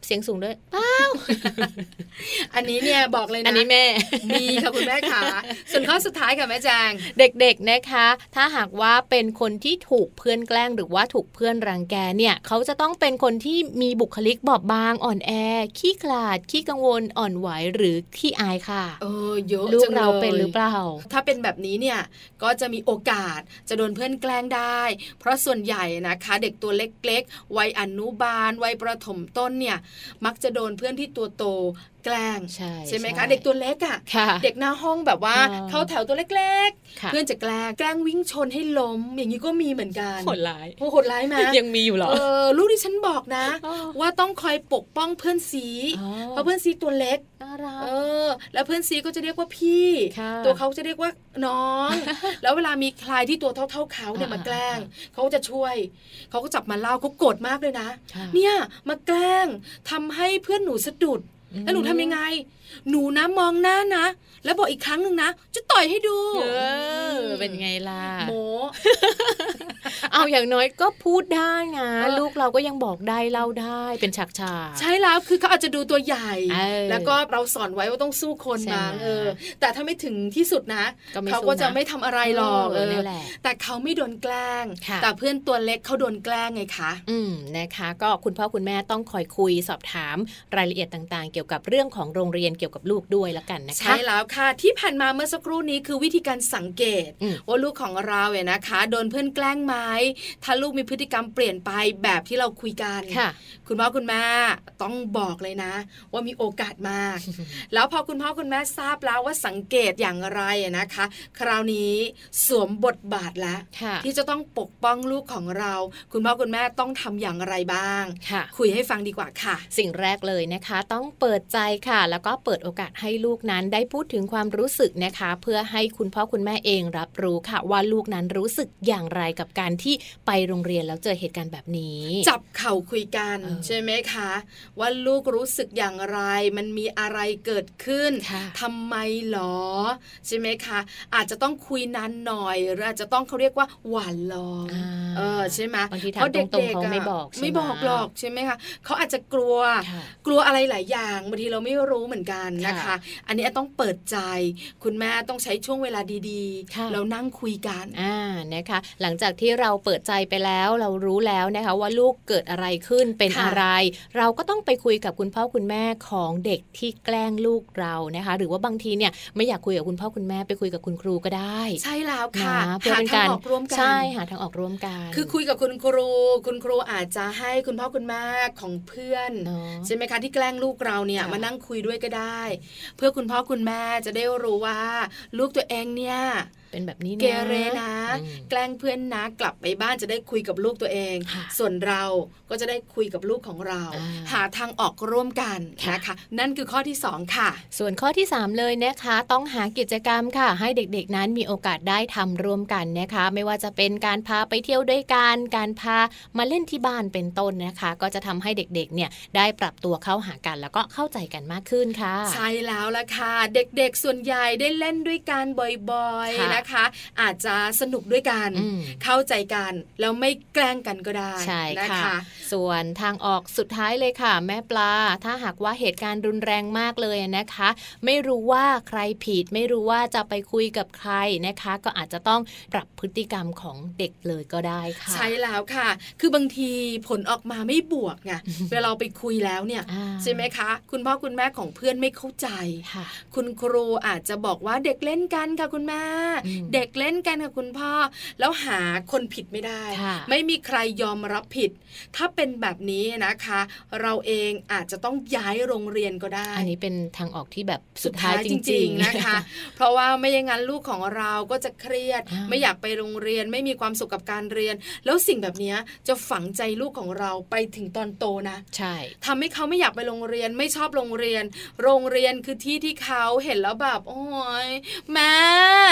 เสียงสูงด้วยอ้าวอันนี้เนี่ยบอกเลยนะอันนี้แม่มีค่ะคุณแม่ค่ะส่วนข้อสุดท้ายค่ะแม่แจงเด็กๆนะคะถ้าหากว่าเป็นคนที่ถูกเพื่อนแกล้งหรือว่าถูกเพื่อนรังแกเนี่ยเขาจะต้องเป็นคนที่มีบุคลิกบอบบางอ่อนแอขี้ขลาดขี้กังวลอ่อนไหวหรือขี้อายค่ะเออเยอะลูกเราเป็นหรือเปล่าถ้าเป็นแบบนี้เนี่ยก็จะมีโอกาสจะโดนเพื่อนแกล้งได้เพราะส่วนใหญ่นะคะเด็กตัวเล็กๆวัยอนุบาลวัยประถมต้นเนี่ยมักจะโดนเพื่อนที่ตัวโตแกล้งใช่ใช่ไหมคะเด็กตัวเล็กอ่ะเด็กหน้าห้องแบบว่าเข้าแถวตัวเล็กๆเพื่อนจะแกล้งแกล้งวิ่งชนให้ล้มอย่างนี้ก็มีเหมือนกันโหดร้ายโหดร้ายไหมยังมีอยู่หรอเออลูกที่ฉันบอกนะว่าต้องคอยปกป้องเพื่อนซีเพราะเพื่อนซีตัวเล็กเออแล้วเพื่อนซีก็จะเรียกว่าพี่ตัวเขาจะเรียกว่าน้องแล้วเวลามีใครที่ตัวเท่าเท่าเขาเนี่ยมาแกล้งเขาจะช่วยเขาก็จับมาเล่าเขาโกรธมากเลยนะเนี่ยมาแกล้งทำให้เพื่อนหนูสะดุดแล้วหนูทำยังไงหนูนะมองหน้านะแล้วบอกอีกครั้งหนึ่งนะจะต่อยให้ดูเออเป็นไงล่ะโมเอาอย่างน้อยก็พูดได้นะลูกเราก็ยังบอกได้เล่าได้เป็นฉากๆใช่แล้วคือเขาอาจจะดูตัวใหญ่แล้วก็เราสอนไว้ว่าต้องสู้คนมาเออแต่ถ้าไม่ถึงที่สุดนะเขาก็จะไม่ทำอะไรหรอกเออแต่เขาไม่โดนแกล้งแต่เพื่อนตัวเล็กเขาโดนแกล้งไงคะอืมนะคะก็คุณพ่อคุณแม่ต้องคอยคุยสอบถามรายละเอียดต่างๆเกี่ยวกับเรื่องของโรงเรียนเกี่ยวกับลูกด้วยละกันนะคะใช่แล้วค่ะที่ผ่านมาเมื่อสักครู่นี้คือวิธีการสังเกตว่าลูกของเราเนี่ยนะคะโดนเพื่อนแกล้งไหมถ้าลูกมีพฤติกรรมเปลี่ยนไปแบบที่เราคุยกันคุณพ่อคุณแม่ต้องบอกเลยนะว่ามีโอกาสมาก แล้วพอคุณพ่อคุณแม่ทราบแล้วว่าสังเกตอย่างไรนะคะ คราวนี้สวมบทบาทแล้วที่จะต้องปกป้องลูกของเราคุณพ่อคุณแม่ต้องทำอย่างไรบ้างคุยให้ฟังดีกว่าค่ะสิ่งแรกเลยนะคะต้องเปิดใจค่ะแล้วก็เปิดโอกาสให้ลูกนั้นได้พูดถึงความรู้สึกนะคะเพื่อให้คุณพ่อคุณแม่เองรับรู้ค่ะว่าลูกนั้นรู้สึกอย่างไรกับการที่ไปโรงเรียนแล้วเจอเหตุการณ์แบบนี้จับเข่าคุยกันใช่ไหมคะว่าลูกรู้สึกอย่างไรมันมีอะไรเกิดขึ้นทำไมหรอใช่ไหมคะอาจจะต้องคุยนานหน่อยหรืออาจจะต้องเขาเรียกว่าหวานล้อมเออใช่ไหมเพราะเด็กๆเขาไม่บอกไม่บอกหรอกใช่ไหมคะเขาอาจจะกลัวกลัวอะไรหลายอย่างบางทีเราไม่รู้เหมือนกันนะคะอันนี้ต้องเปิดใจคุณแม่ต้องใช้ช่วงเวลาดีๆแล้วนั่งคุยกันอ่านะคะหลังจากที่เราเปิดใจไปแล้วเรารู้แล้วนะคะว่าลูกเกิดอะไรขึ้นเป็นอะไรเราก็ต้องไปคุยกับคุณพ่อคุณแม่ของเด็กที่แกล้งลูกเรานะคะหรือว่าบางทีเนี่ยไม่อยากคุยกับคุณพ่อคุณแม่ไปคุยกับคุณครูก็ได้ใช่แล้วค่ะหาทางออกร่วมกันใช่หาทางออกร่วมกันคือคุยกับคุณครูคุณครูอาจจะให้คุณพ่อคุณแม่ของเพื่อนใช่ไหมคะที่แกล้งลูกเราเนี่ยมานั่งคุยด้วยก็ได้เพื่อคุณพ่อคุณแม่จะได้รู้ว่าลูกตัวเองเนี่ยเป็นแบบนี้นะเกเรนะแกล้งเพื่อนนะกลับไปบ้านจะได้คุยกับลูกตัวเองส่วนเราก็จะได้คุยกับลูกของเราหาทางออกร่วมกันนะคะนั่นคือข้อที่สองค่ะส่วนข้อที่สามเลยนะคะต้องหากิจกรรมค่ะให้เด็กๆนั้นมีโอกาสได้ทำร่วมกันนะคะไม่ว่าจะเป็นการพาไปเที่ยวด้วยกันการพามาเล่นที่บ้านเป็นต้นนะคะก็จะทำให้เด็กๆเนี่ยได้ปรับตัวเข้าหากันแล้วก็เข้าใจกันมากขึ้นค่ะใช่แล้วล่ะค่ะเด็กๆส่วนใหญ่ได้เล่นด้วยกันบ่อยๆนะคะอาจจะสนุกด้วยกันเข้าใจกันแล้วไม่แกล้งกันก็ได้ใช่ค่ะส่วนทางออกสุดท้ายเลยค่ะแม่ปลาถ้าหากว่าเหตุการณ์รุนแรงมากเลยนะคะไม่รู้ว่าใครผิดไม่รู้ว่าจะไปคุยกับใครนะคะก็อาจจะต้องปรับพฤติกรรมของเด็กเลยก็ได้ค่ะใช่แล้วค่ะคือบางทีผลออกมาไม่บวกไง เวลาเราไปคุยแล้วเนี่ยใช่ไหมคะคุณพ่อคุณแม่ของเพื่อนไม่เข้าใจคุณครูอาจจะบอกว่าเด็กเล่นกันค่ะคุณแม่เด็กเล่นกันค่ะคุณพ่อแล้วหาคนผิดไม่ได้ไม่มีใครยอมรับผิดถ้าเป็นแบบนี้นะคะเราเองอาจจะต้องย้ายโรงเรียนก็ได้อันนี้เป็นทางออกที่แบบสุดท้ายจริงๆนะคะ เพราะว่าไม่อย่างนั้นลูกของเราก็จะเครียดไม่อยากไปโรงเรียนไม่มีความสุขกับการเรียนแล้วสิ่งแบบนี้จะฝังใจลูกของเราไปถึงตอนโตนะใช่ทำให้เขาไม่อยากไปโรงเรียนไม่ชอบโรงเรียนโรงเรียนคือที่ที่เขาเห็นแล้วแบบโอ้ยแม่อะไร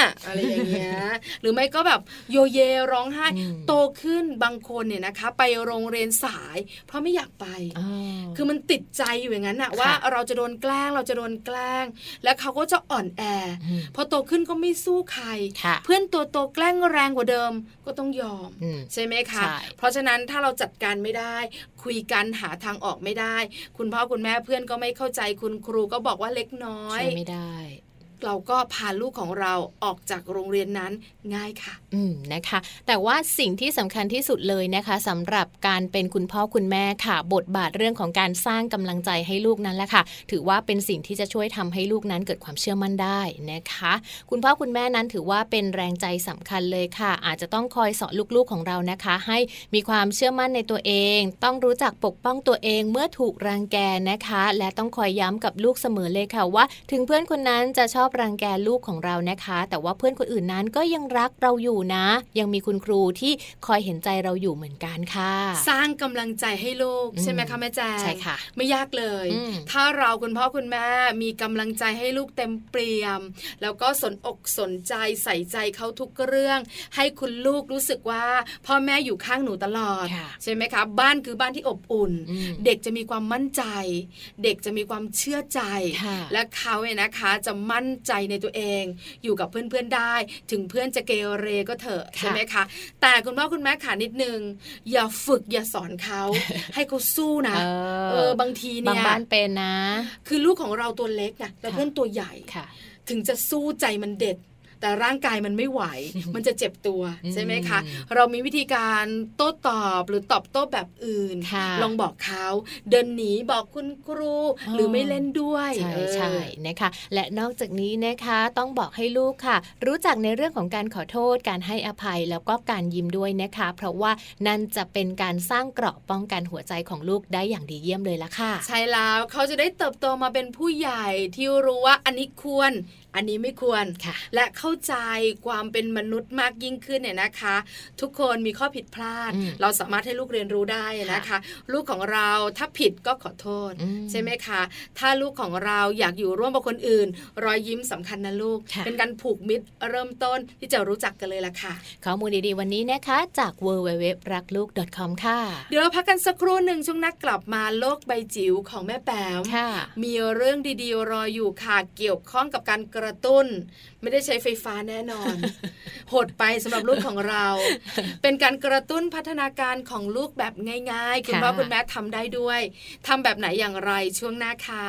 อย่างเงี้ยหรือไม่ก็แบบโยเยร้องไห้โตขึ้นบางคนเนี่ยนะคะไปโรงเรียนสายเพราะไม่อยากไปคือมันติดใจอยู่อย่างนั้นอะว่าเราจะโดนแกล้งเราจะโดนแกล้งแล้วเขาก็จะอ่อนแอพอโตขึ้นก็ไม่สู้ใครเพื่อนตัวโตแกล้งแรงกว่าเดิมก็ต้องยอมใช่ไหมคะเพราะฉะนั้นถ้าเราจัดการไม่ได้คุยกันหาทางออกไม่ได้คุณพ่อคุณแม่เพื่อนก็ไม่เข้าใจคุณครูก็บอกว่าเล็กน้อยช่วยไม่ได้เราก็พาลูกของเราออกจากโรงเรียนนั้นง่ายค่ะอืมนะคะแต่ว่าสิ่งที่สำคัญที่สุดเลยนะคะสำหรับการเป็นคุณพ่อคุณแม่ค่ะบทบาทเรื่องของการสร้างกำลังใจให้ลูกนั้นแหละค่ะถือว่าเป็นสิ่งที่จะช่วยทำให้ลูกนั้นเกิดความเชื่อมั่นได้นะคะคุณพ่อคุณแม่นั้นถือว่าเป็นแรงใจสำคัญเลยค่ะอาจจะต้องคอยสอนลูกๆของเรานะคะให้มีความเชื่อมั่นในตัวเองต้องรู้จักปกป้องตัวเองเมื่อถูกรังแกนะคะและต้องคอยย้ำกับลูกเสมอเลยค่ะว่าถึงเพื่อนคนนั้นจะชอบรังแกลูกของเรานะคะแต่ว่าเพื่อนคนอื่นนั้นก็ยังรักเราอยู่นะยังมีคุณครูที่คอยเห็นใจเราอยู่เหมือนกันค่ะสร้างกำลังใจให้ลูกใช่ไหมคะแม่แจ้งใช่ค่ะไม่ยากเลยถ้าเราคุณพ่อคุณแม่มีกำลังใจให้ลูกเต็มเปี่ยมแล้วก็สนอกสนใจใส่ใจเขาทุกเรื่องให้คุณลูกรู้สึกว่าพ่อแม่อยู่ข้างหนูตลอดใช่ไหมคะบ้านคือบ้านที่อบอุ่นเด็กจะมีความมั่นใจเด็กจะมีความเชื่อใจและเขาเนี่ยนะคะจะมั่นใจในตัวเองอยู่กับเพื่อนๆได้ถึงเพื่อนจะเกเรก็เถอะใช่ไหมคะแต่คุณพ่อคุณแม่ขานิดนึงอย่าฝึกอย่าสอนเขา ให้เขาสู้นะเออบางทีเนี่ยบางบ้านเป็นนะคือลูกของเราตัวเล็กนะแต่เพื่อนตัวใหญ่ถึงจะสู้ใจมันเด็ดแต่ร่างกายมันไม่ไหว มันจะเจ็บตัวใช่ไหมคะเรามีวิธีการโต้ตอบหรือตอบโต้แบบอื่นลองบอกเขาเดินหนีบอกคุณครูหรือไม่เล่นด้วยใช่ใช่นะคะและนอกจากนี้นะคะต้องบอกให้ลูกค่ะรู้จักในเรื่องของการขอโทษการให้อภัยแล้วก็การยิ้มด้วยนะคะเพราะว่านั่นจะเป็นการสร้างเกราะป้องกันหัวใจของลูกได้อย่างดีเยี่ยมเลยละค่ะใช่แล้วเขาจะได้เติบโตมาเป็นผู้ใหญ่ที่รู้ว่าอันนี้ควรอันนี้ไม่ควรและเข้าใจความเป็นมนุษย์มากยิ่งขึ้นเนี่ยนะคะทุกคนมีข้อผิดพลาดเราสามารถให้ลูกเรียนรู้ได้นะคะลูกของเราถ้าผิดก็ขอโทษใช่ไหมคะถ้าลูกของเราอยากอยู่ร่วมกับคนอื่นรอยยิ้มสำคัญนะลูกเป็นการผูกมิตรเริ่มต้นที่จะรู้จักกันเลยล่ะค่ะข้อมูลดีๆวันนี้นะคะจาก ดับเบิลยู ดับเบิลยู ดับเบิลยู ดอท รักลูก ดอท คอม ค่ะเดี๋ยวเราพักกันสักครู่หนึ่งช่วงนักกลับมาโลกใบจิ๋วของแม่แป๋วมีเรื่องดีๆรออยู่ค่ะเกี่ยวข้องกับการกระตุ้นไม่ได้ใช้ไฟฟ้าแน่นอน โหดไปสำหรับลูกของเราเป็นการกระตุ้นพัฒนาการของลูกแบบง่ายๆคุณพ่อคุณแม่ทำได้ด้วยทำแบบไหนอย่างไรช่วงหน้าค่ะ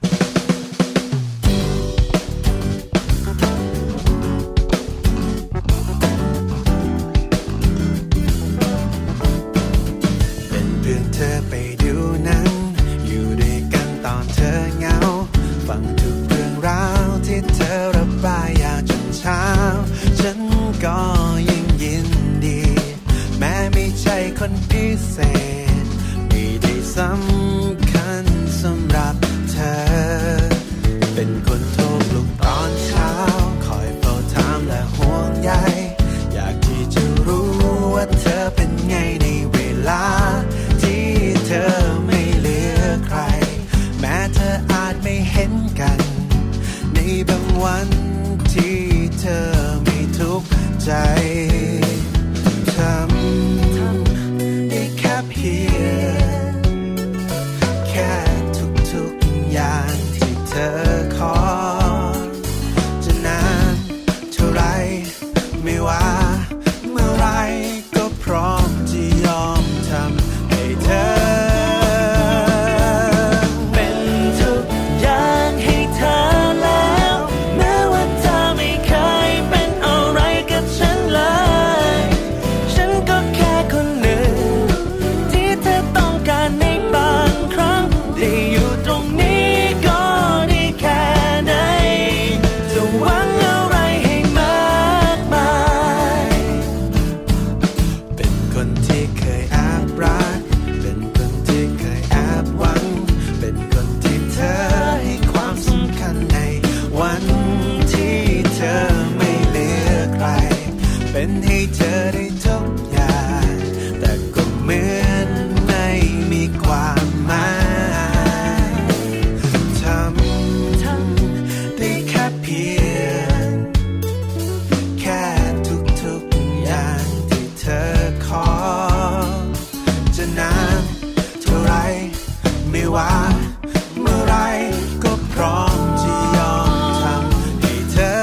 เป็นเพื่อนเธอไปดูหนังอยู่ด้วยกันตอนเธอเหงาฟังทุกเรื่องราวที่เธอระบายอยากจนเช้าฉันก็ยิ่งยินดีแม้ไม่ใช่คนพิเศษไม่ได้สำคัญสำหรับเธอเป็นคนโทรปลุกตอนเช้าคอยเฝ้าถามและห่วงใยอยากที่จะรู้ว่าเธอเป็นไงในเวลาที่เธอไม่เหลือใครแม้เธออาจไม่เห็นกันในบางวันที่เธอมีทุกข์ใจทำได้แค่เพียงานเท่าไรไม่ว่าเมื่อไรก็พร้อมที่ยอมทำให้เธอ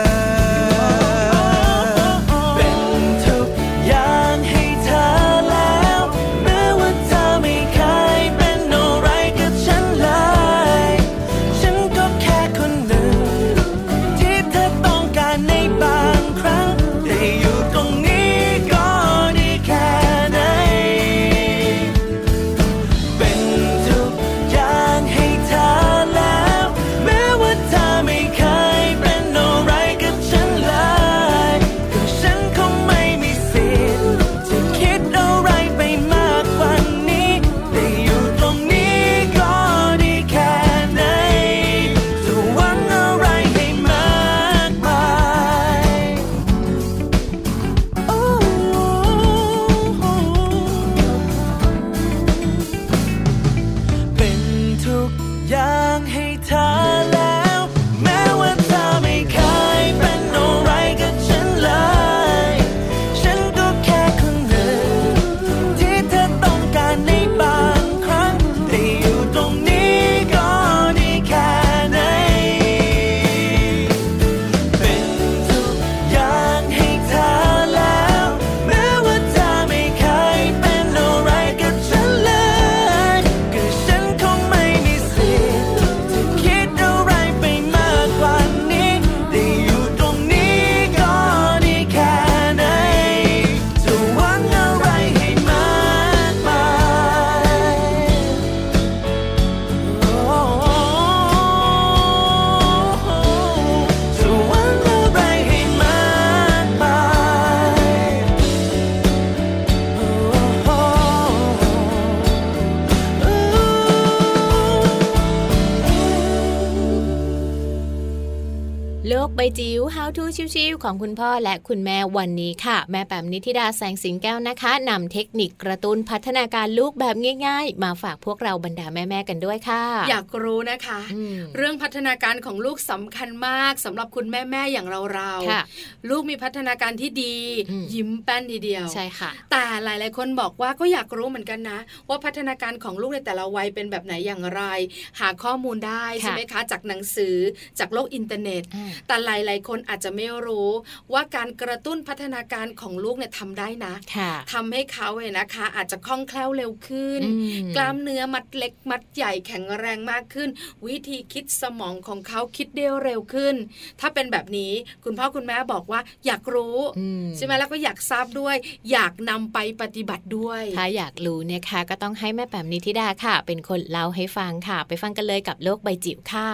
เป็นทุกอย่างให้เธอแล้วแม้ว่าเธอไม่เคยเป็นอะไรกับฉันเลยฉันก็แค่คนหนึ่งที่เธอต้องการในบางครั้งได้อยู่ตรงนี้ก็ดีแค่ไหนเป็นทุกอย่างให้เธอแล้วแม้ว่าเธอไม่เคยเป็นอะไรกับฉันเลยก็ฉันคงไม่มีสิทธิ์จะคิดอะไรไปมากกว่านี้ได้อยู่ตรงนี้ก็ดีแค่ไหนจะหวังอะไรให้มากมายโอ้เป็นทุกอย่างให้เธอแล้วแม้ว่าเธอไม่เคยเป็นอะไรกับฉันเลยฉันก็แค่คนหนึ่งที่เธอต้องการในบางครั้งได้อยู่ตรงนี้ก็ดีแค่ไหนเป็นทุกอย่างให้เธอแล้วแม้ว่าเธอไม่เคยเป็นอะไรกับฉันเลยก็ฉันคงไม่มีสิทธิ์จะคิดอะไรไปมากกว่านี้ได้อยู่ตรงนี้ก็ดีแค่ไหนจะหวังอะไรให้มากมายโอ้จะหวังอะไรให้มากมายโอ้โลกใบจิ๋ว How to ชิวๆของคุณพ่อและคุณแม่วันนี้ค่ะแม่แปมนิธิดาแสงสิงแก้วนะคะนำเทคนิคกระตุ้นพัฒนาการลูกแบบง่ายๆมาฝากพวกเราบรรดาแม่ๆกันด้วยค่ะอยากรู้นะคะเรื่องพัฒนาการของลูกสำคัญมากสำหรับคุณแม่ๆอย่างเราๆลูกมีพัฒนาการที่ดียิ้มแป้นทีเดียวใช่ค่ะแต่หลายๆคนบอกว่าก็อยากรู้เหมือนกันนะว่าพัฒนาการของลูกในแต่ละวัยเป็นแบบไหนอย่างไรหาข้อมูลได้ใช่ไหมคะจากหนังสือจากโลกอินเทอร์เน็ตแต่หลายๆคนอาจจะไม่รู้ว่าการกระตุ้นพัฒนาการของลูกเนี่ยทำได้นะทำให้เขาเนี่ยนะคะอาจจะคล่องแคล่วเร็วขึ้นกล้ามเนื้อมัดเล็กมัดใหญ่แข็งแรงมากขึ้นวิธีคิดสมองของเขาคิดได้เร็วขึ้นถ้าเป็นแบบนี้คุณพ่อคุณแม่บอกว่าอยากรู้ใช่ไหมแล้วก็อยากทราบด้วยอยากนำไปปฏิบัติด้วยถ้าอยากรู้เนี่ยค่ะก็ต้องให้แม่แปมนิธิดาค่ะเป็นคนเล่าให้ฟังค่ะไปฟังกันเลยกับโลกใบจิ๋วค่ะ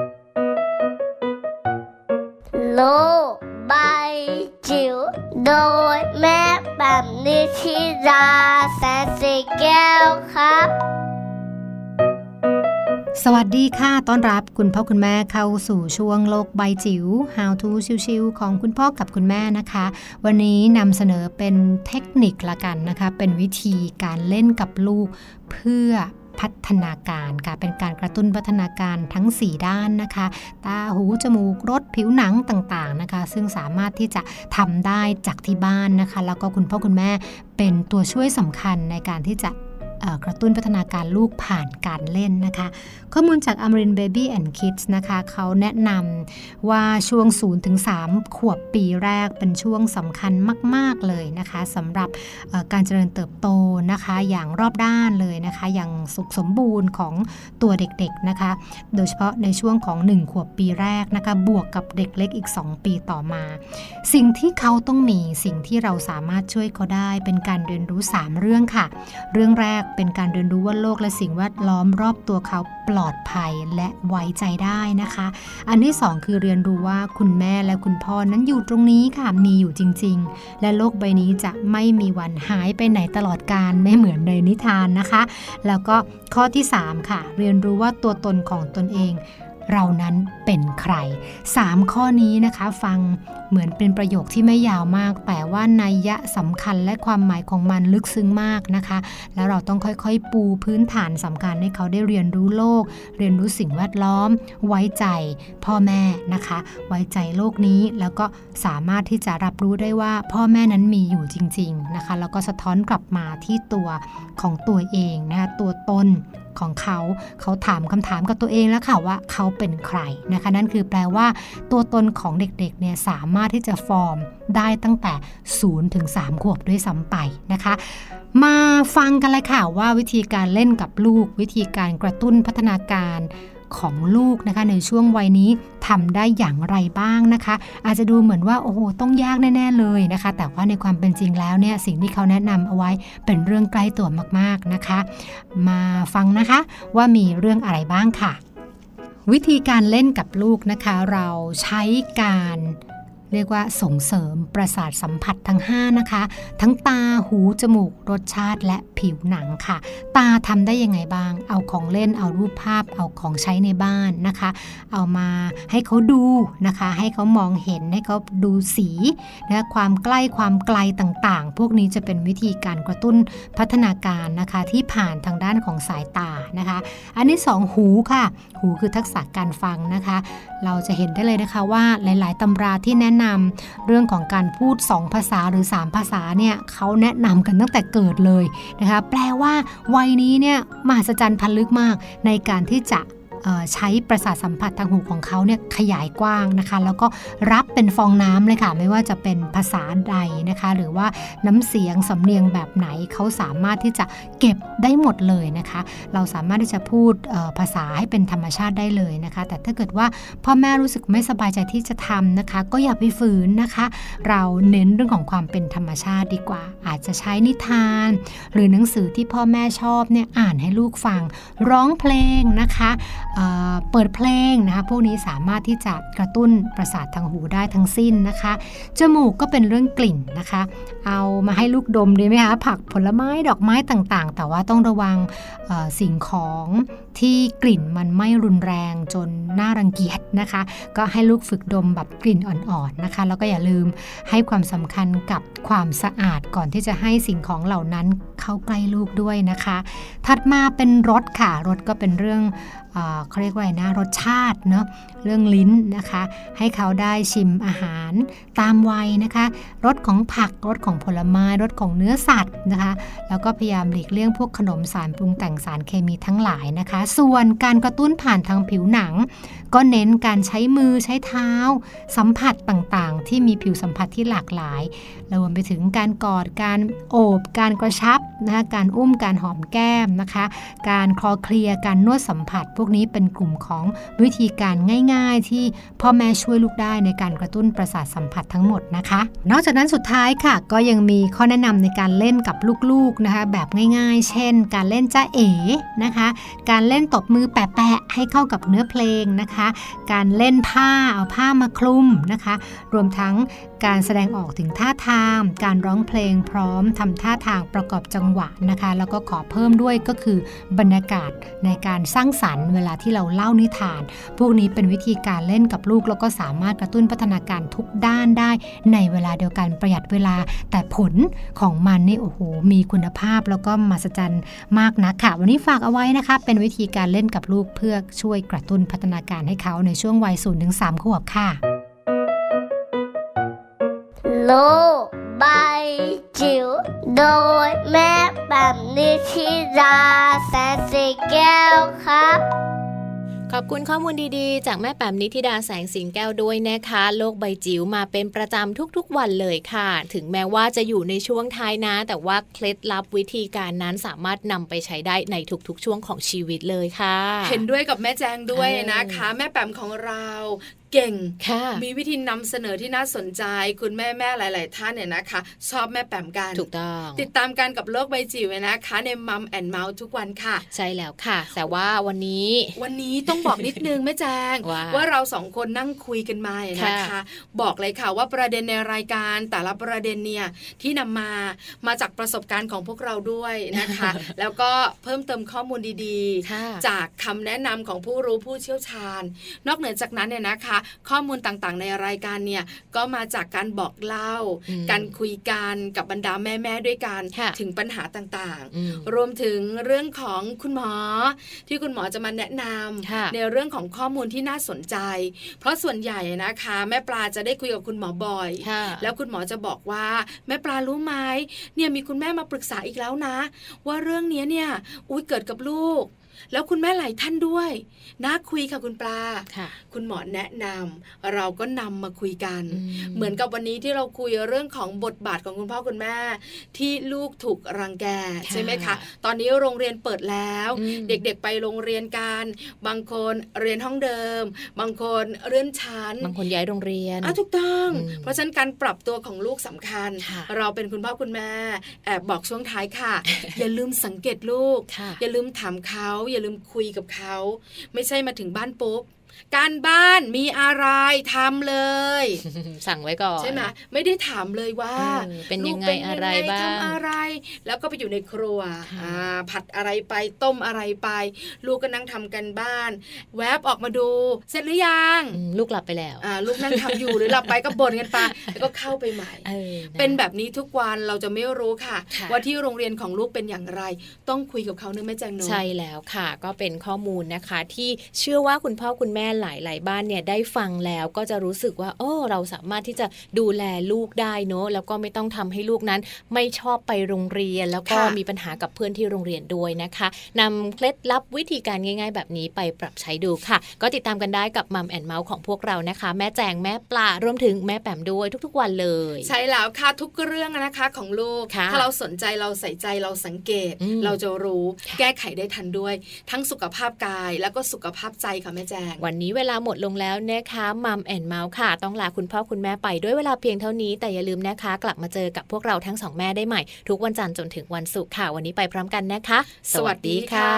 โลกใบจิ๋วโดยแม่แปมนิธิดาแสนสีแก้วครับสวัสดีค่ะต้อนรับคุณพ่อคุณแม่เข้าสู่ช่วงโลกใบจิ๋ว How to ชิวๆของคุณพ่อกับคุณแม่นะคะวันนี้นำเสนอเป็นเทคนิคละกันนะคะเป็นวิธีการเล่นกับลูกเพื่อพัฒนาการค่ะเป็นการกระตุ้นพัฒนาการทั้งสี่ด้านนะคะตาหูจมูกรสผิวหนังต่างๆนะคะซึ่งสามารถที่จะทำได้จากที่บ้านนะคะแล้วก็คุณพ่อคุณแม่เป็นตัวช่วยสำคัญในการที่จะกระตุ้นพัฒนาการลูกผ่านการเล่นนะคะข้อมูลจาก Amarin Baby and Kids นะคะเขาแนะนำว่าช่วง ศูนย์ถึงสาม ขวบปีแรกเป็นช่วงสำคัญมากๆเลยนะคะสำหรับการเจริญเติบโตนะคะอย่างรอบด้านเลยนะคะอย่างสุขสมบูรณ์ของตัวเด็กๆนะคะโดยเฉพาะในช่วงของหนึ่งขวบปีแรกนะคะบวกกับเด็กเล็กอีกสองปีต่อมาสิ่งที่เขาต้องมีสิ่งที่เราสามารถช่วยเขาได้เป็นการเรียนรู้สามเรื่องค่ะเรื่องแรกเป็นการเรียนรู้ว่าโลกและสิ่งแวดล้อมรอบตัวเขาปลอดภัยและไว้ใจได้นะคะอันที่สองคือเรียนรู้ว่าคุณแม่และคุณพ่อนั้นอยู่ตรงนี้ค่ะมีอยู่จริงๆและโลกใบนี้จะไม่มีวันหายไปไหนตลอดกาลไม่เหมือนในนิทานนะคะแล้วก็ข้อที่สามค่ะเรียนรู้ว่าตัวตนของตนเองเรานั้นเป็นใครสามข้อนี้นะคะฟังเหมือนเป็นประโยคที่ไม่ยาวมากแต่ว่านัยยะสำคัญและความหมายของมันลึกซึ้งมากนะคะแล้วเราต้องค่อยๆปูพื้นฐานสำคัญให้เขาได้เรียนรู้โลกเรียนรู้สิ่งแวดล้อมไว้ใจพ่อแม่นะคะไว้ใจโลกนี้แล้วก็สามารถที่จะรับรู้ได้ว่าพ่อแม่นั้นมีอยู่จริงๆนะคะแล้วก็สะท้อนกลับมาที่ตัวของตัวเองนะคะตัวตนของเขาเขาถามคำถามกับตัวเองแล้วค่ะว่าเขาเป็นใครนะคะนั่นคือแปลว่าตัวตนของเด็กๆเนี่ยสามารถที่จะฟอร์มได้ตั้งแต่ศูนย์ถึงสามขวบด้วยซ้ำไปนะคะมาฟังกันเลยค่ะว่าวิธีการเล่นกับลูกวิธีการกระตุ้นพัฒนาการของลูกนะคะในช่วงวัยนี้ทำได้อย่างไรบ้างนะคะอาจจะดูเหมือนว่าโอ้โหต้องยากแน่ๆเลยนะคะแต่ว่าในความเป็นจริงแล้วเนี่ยสิ่งที่เขาแนะนำเอาไว้เป็นเรื่องใกล้ตัวมากๆนะคะมาฟังนะคะว่ามีเรื่องอะไรบ้างค่ะวิธีการเล่นกับลูกนะคะเราใช้การเรียกว่าส่งเสริมประสาทสัมผัสทั้งห้านะคะทั้งตาหูจมูกรสชาติและผิวหนังค่ะตาทำได้ยังไงบ้างเอาของเล่นเอารูปภาพเอาของใช้ในบ้านนะคะเอามาให้เขาดูนะคะให้เขามองเห็นให้เขาดูสีนะความใกล้ความไกลต่างๆพวกนี้จะเป็นวิธีการกระตุ้นพัฒนาการนะคะที่ผ่านทางด้านของสายตานะคะอันที่สองหูค่ะหูคือทักษะการฟังนะคะเราจะเห็นได้เลยนะคะว่าหลายๆตำราที่แนะนำเรื่องของการพูดสองภาษาหรือสามภาษาเนี่ยเขาแนะนำกันตั้งแต่เกิดเลยนะคะแปลว่าวัยนี้เนี่ยมหัศจรรย์พันลึกมากในการที่จะใช้ประสาทสัมผัสทางหูของเขาเนี่ยขยายกว้างนะคะแล้วก็รับเป็นฟองน้ำเลยค่ะไม่ว่าจะเป็นภาษาใดนะคะหรือว่าน้ำเสียงสำเนียงแบบไหนเขาสามารถที่จะเก็บได้หมดเลยนะคะเราสามารถที่จะพูดภาษาให้เป็นธรรมชาติได้เลยนะคะแต่ถ้าเกิดว่าพ่อแม่รู้สึกไม่สบายใจที่จะทำนะคะก็อย่าไปฝืนนะคะเราเน้นเรื่องของความเป็นธรรมชาติดีกว่าอาจจะใช้นิทานหรือหนังสือที่พ่อแม่ชอบเนี่ยอ่านให้ลูกฟังร้องเพลงนะคะเ, เปิดเพลงนะคะพวกนี้สามารถที่จะกระตุ้นประสาททางหูได้ทั้งสิ้นนะคะจมูกก็เป็นเรื่องกลิ่นนะคะเอามาให้ลูกดมดีไหมคะผักผลไม้ดอกไม้ต่างๆแต่ว่าต้องระวังสิ่งของที่กลิ่นมันไม่รุนแรงจนน่ารังเกียจนะคะก็ให้ลูกฝึกดมแบบกลิ่นอ่อนๆนะคะแล้วก็อย่าลืมให้ความสำคัญกับความสะอาดก่อนที่จะให้สิ่งของเหล่านั้นเข้าใกล้ลูกด้วยนะคะถัดมาเป็นรสค่ะรสก็เป็นเรื่องเขาเรียกว่าอะไรนะรสชาติเนาะเรื่องลิ้นนะคะให้เขาได้ชิมอาหารตามวัยนะคะรสของผักรสของผลไม้รสของเนื้อสัตว์นะคะแล้วก็พยายามหลีกเลี่ยงพวกขนมสารปรุงแต่งสารเคมีทั้งหลายนะคะส่วนการกระตุ้นผ่านทางผิวหนังก็เน้นการใช้มือใช้เท้าสัมผัสต่างๆที่มีผิวสัมผัสที่หลากหลายรวมไปถึงการกอดการโอบการกระชับนะคะการอุ้มการหอมแก้มนะคะการคลอเคลียการนวดสัมผัสพวกนี้เป็นกลุ่มของวิธีการง่ายๆที่พ่อแม่ช่วยลูกได้ในการกระตุ้นประสาทสัมผัสทั้งหมดนะคะนอกจากนั้นสุดท้ายค่ะก็ยังมีข้อแนะนำในการเล่นกับลูกๆนะคะแบบง่ายๆเช่นการเล่นจ้าเอ๋นะคะการเล่นตบมือแปะๆให้เข้ากับเนื้อเพลงนะคะการเล่นผ้าเอาผ้ามาคลุมนะคะรวมทั้งการแสดงออกถึงท่าทางการร้องเพลงพร้อมทำท่าทางประกอบจังหวะนะคะแล้วก็ขอเพิ่มด้วยก็คือบรรยากาศในการสร้างสรรค์เวลาที่เราเล่านิทานพวกนี้เป็นวิธีการเล่นกับลูกแล้วก็สามารถกระตุ้นพัฒนาการทุกด้านได้ในเวลาเดียวกันประหยัดเวลาแต่ผลของมันนี่โอ้โหมีคุณภาพแล้วก็มหัศจรรย์มากนะค่ะวันนี้ฝากเอาไว้นะคะเป็นวิธีการเล่นกับลูกเพื่อช่วยกระตุ้นพัฒนาการให้เขาในช่วงวัย ศูนย์ถึงสาม ขวบค่ะโลกใบจิ๋วโดยแม่แบบนิชิราแสนสีแก้วครับขอบคุณข้อมูลดีๆจากแม่แป๋มนิธิดาแสงสิงแก้วด้วยนะคะโลกใบจิ๋วมาเป็นประจำทุกๆวันเลยค่ะถึงแม้ว่าจะอยู่ในช่วงท้ายนะแต่ว่าเคล็ดลับวิธีการนั้นสามารถนำไปใช้ได้ในทุกๆช่วงของชีวิตเลยค่ะเห็นด้วยกับแม่แจงด้วยนะคะแม่แป๋มของเราเก่งมีวิธีนำเสนอที่น่าสนใจคุณแม่แม่หลายๆท่านเนี่ยนะคะชอบแม่แปมกันถูกต้องติดตามกันกับโลกใบจิ๋วนะคะในมัมแอนด์เมาส์ทุกวันค่ะใช่แล้วค่ะแต่ว่าวันนี้วันนี้ต้องบอกนิดนึงแม่แจง ว่า, ว่าเราสองคนนั่งคุยกันมานะคะบอกเลยค่ะว่าประเด็นในรายการแต่ละประเด็นเนี่ยที่นำมามาจากประสบการณ์ของพวกเราด้วยนะคะ แล้วก็เพิ่มเติมข้อมูลดีๆจากคำแนะนำของผู้รู้ผู้เชี่ยวชาญนอกเหนือจากนั้นเนี่ยนะคะข้อมูลต่างๆในรายการเนี่ยก็มาจากการบอกเล่าการคุยกันกับบรรดาแม่ๆด้วยกันถึงปัญหาต่างๆรวมถึงเรื่องของคุณหมอที่คุณหมอจะมาแนะนำในเรื่องของข้อมูลที่น่าสนใจเพราะส่วนใหญ่นะคะแม่ปลาจะได้คุยกับคุณหมอบ่อยแล้วคุณหมอจะบอกว่าแม่ปลารู้ไหมเนี่ยมีคุณแม่มาปรึกษาอีกแล้วนะว่าเรื่องนี้เนี่ยอุ๊ยเกิดกับลูกแล้วคุณแม่หลายท่านด้วยน่าคุยค่ะคุณปลาคุณหมอแนะนำเราก็นำมาคุยกันเหมือนกับวันนี้ที่เราคุยเรื่องของบทบาทของคุณพ่อคุณแม่ที่ลูกถูกรังแกใช่ไหมคะตอนนี้โรงเรียนเปิดแล้วเด็กๆไปโรงเรียนกันบางคนเรียนห้องเดิมบางคนเลื่อนชั้นบางคนย้ายโรงเรียนอ่ะถูกต้องเพราะฉะนั้นการปรับตัวของลูกสำคัญเราเป็นคุณพ่อคุณแม่แอบบอกช่วงท้ายค่ะ อย่าลืมสังเกตลูกอย่าลืมถามเขาอย่าลืมคุยกับเขาไม่ใช่มาถึงบ้านปุ๊บการบ้านมีอะไรทำเลยสั่งไว้ก่อนใช่ไหมไม่ได้ถามเลยว่าเป็นยังไงอะไรบ้างทำอะไรแล้วก็ไปอยู่ในครัวผัดอะไรไปต้มอะไรไปลูกก็นั่งทำกันบ้านแวบออกมาดูเสร็จหรือยังลูกหลับไปแล้วลูกนั่งทำอยู่หรือหลับไปก็บ่นกันไปแล้วก็เข้าไปใหม่เป็นแบบนี้ทุกวันเราจะไม่รู้ค่ะว่าที่โรงเรียนของลูกเป็นอย่างไรต้องคุยกับเขาเนื้อแม่แจงโนใช่แล้วค่ะก็เป็นข้อมูลนะคะที่เชื่อว่าคุณพ่อคุณแม่หลายๆบ้านเนี่ยได้ฟังแล้วก็จะรู้สึกว่าโอ้เราสามารถที่จะดูแลลูกได้เนอะแล้วก็ไม่ต้องทำให้ลูกนั้นไม่ชอบไปโรงเรียนแล้วก็มีปัญหากับเพื่อนที่โรงเรียนด้วยนะคะนำเคล็ดลับวิธีการง่ายๆแบบนี้ไปปรับใช้ดูค่ะก็ติดตามกันได้กับมัมแอนด์เมาส์ของพวกเรานะคะแม่แจงแม่ปลารวมถึงแม่แปมด้วยทุกๆวันเลยใช่แล้วค่ะทุกเรื่องนะคะของลูกถ้าเราสนใจเราใส่ใจเราสังเกตเราจะรู้แก้ไขได้ทันด้วยทั้งสุขภาพกายแล้วก็สุขภาพใจค่ะแม่แจงวันนี้เวลาหมดลงแล้วนะคะมัมแอนด์เมาส์ค่ะต้องลาคุณพ่อคุณแม่ไปด้วยเวลาเพียงเท่านี้แต่อย่าลืมนะคะกลับมาเจอกับพวกเราทั้งสองแม่ได้ใหม่ทุกวันจันทร์จนถึงวันศุกร์ค่ะวันนี้ไปพร้อมกันนะคะสวัสดีค่ะ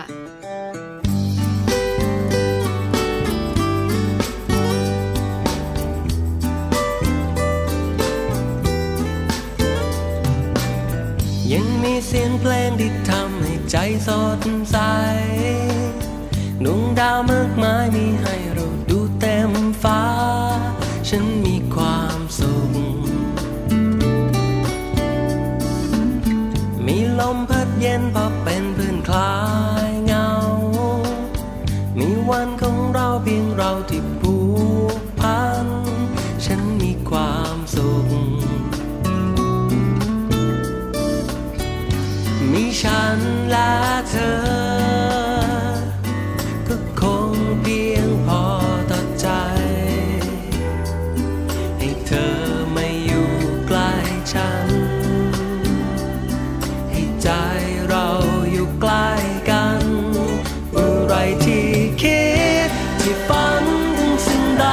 ยังมีเสียงเพลงที่ทำให้ใจสดใสดวงดาวมากมายมีให้เราดูเต็มฟ้าฉันมีความสุขมีลมพัดเย็นพอเป็นเพื่อนคลายเหงามีวันของเราเพียงเราที่ผูกพันฉันมีความสุขมีฉันและเธอก็คงเพียงพอต่อใจให้เธอไม่อยู่ใกล้ฉันให้ใจเราอยู่ใกล้กันเมื่อไรที่คิดที่ฝันถึงสิ่งใด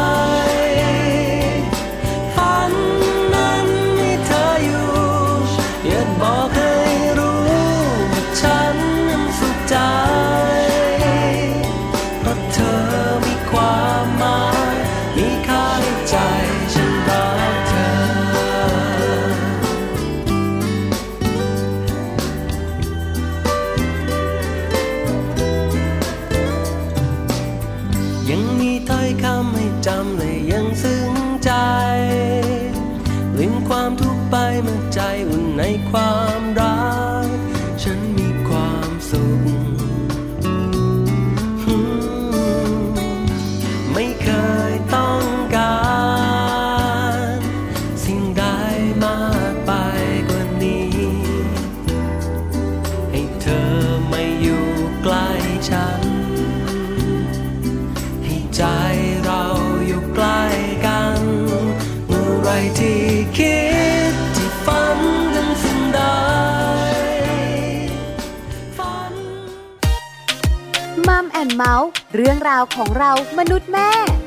ฝันนั้นให้เธออยู่อยากบอกให้รู้ว่าฉันนั้นสุขใจเพราะเธอมีความหมายมีค่าในใจฉันรักเธอยังมีถ้อยคำให้จำและยังซึ้งใจลืมความทุกข์ไปเมื่อใจอุ่นในความรักฉันมีความสุขไม่เคยต้องการสิ่งใดมากไปกว่านี้ให้เธอไม่อยู่ใกล้ฉันให้ใจเราอยู่ใกล้กันเมื่อไรที่คิดที่ฝันถึงสิ่งใดฝันมัมแอนด์เมาส์เรื่องราวของเรามนุษย์แม่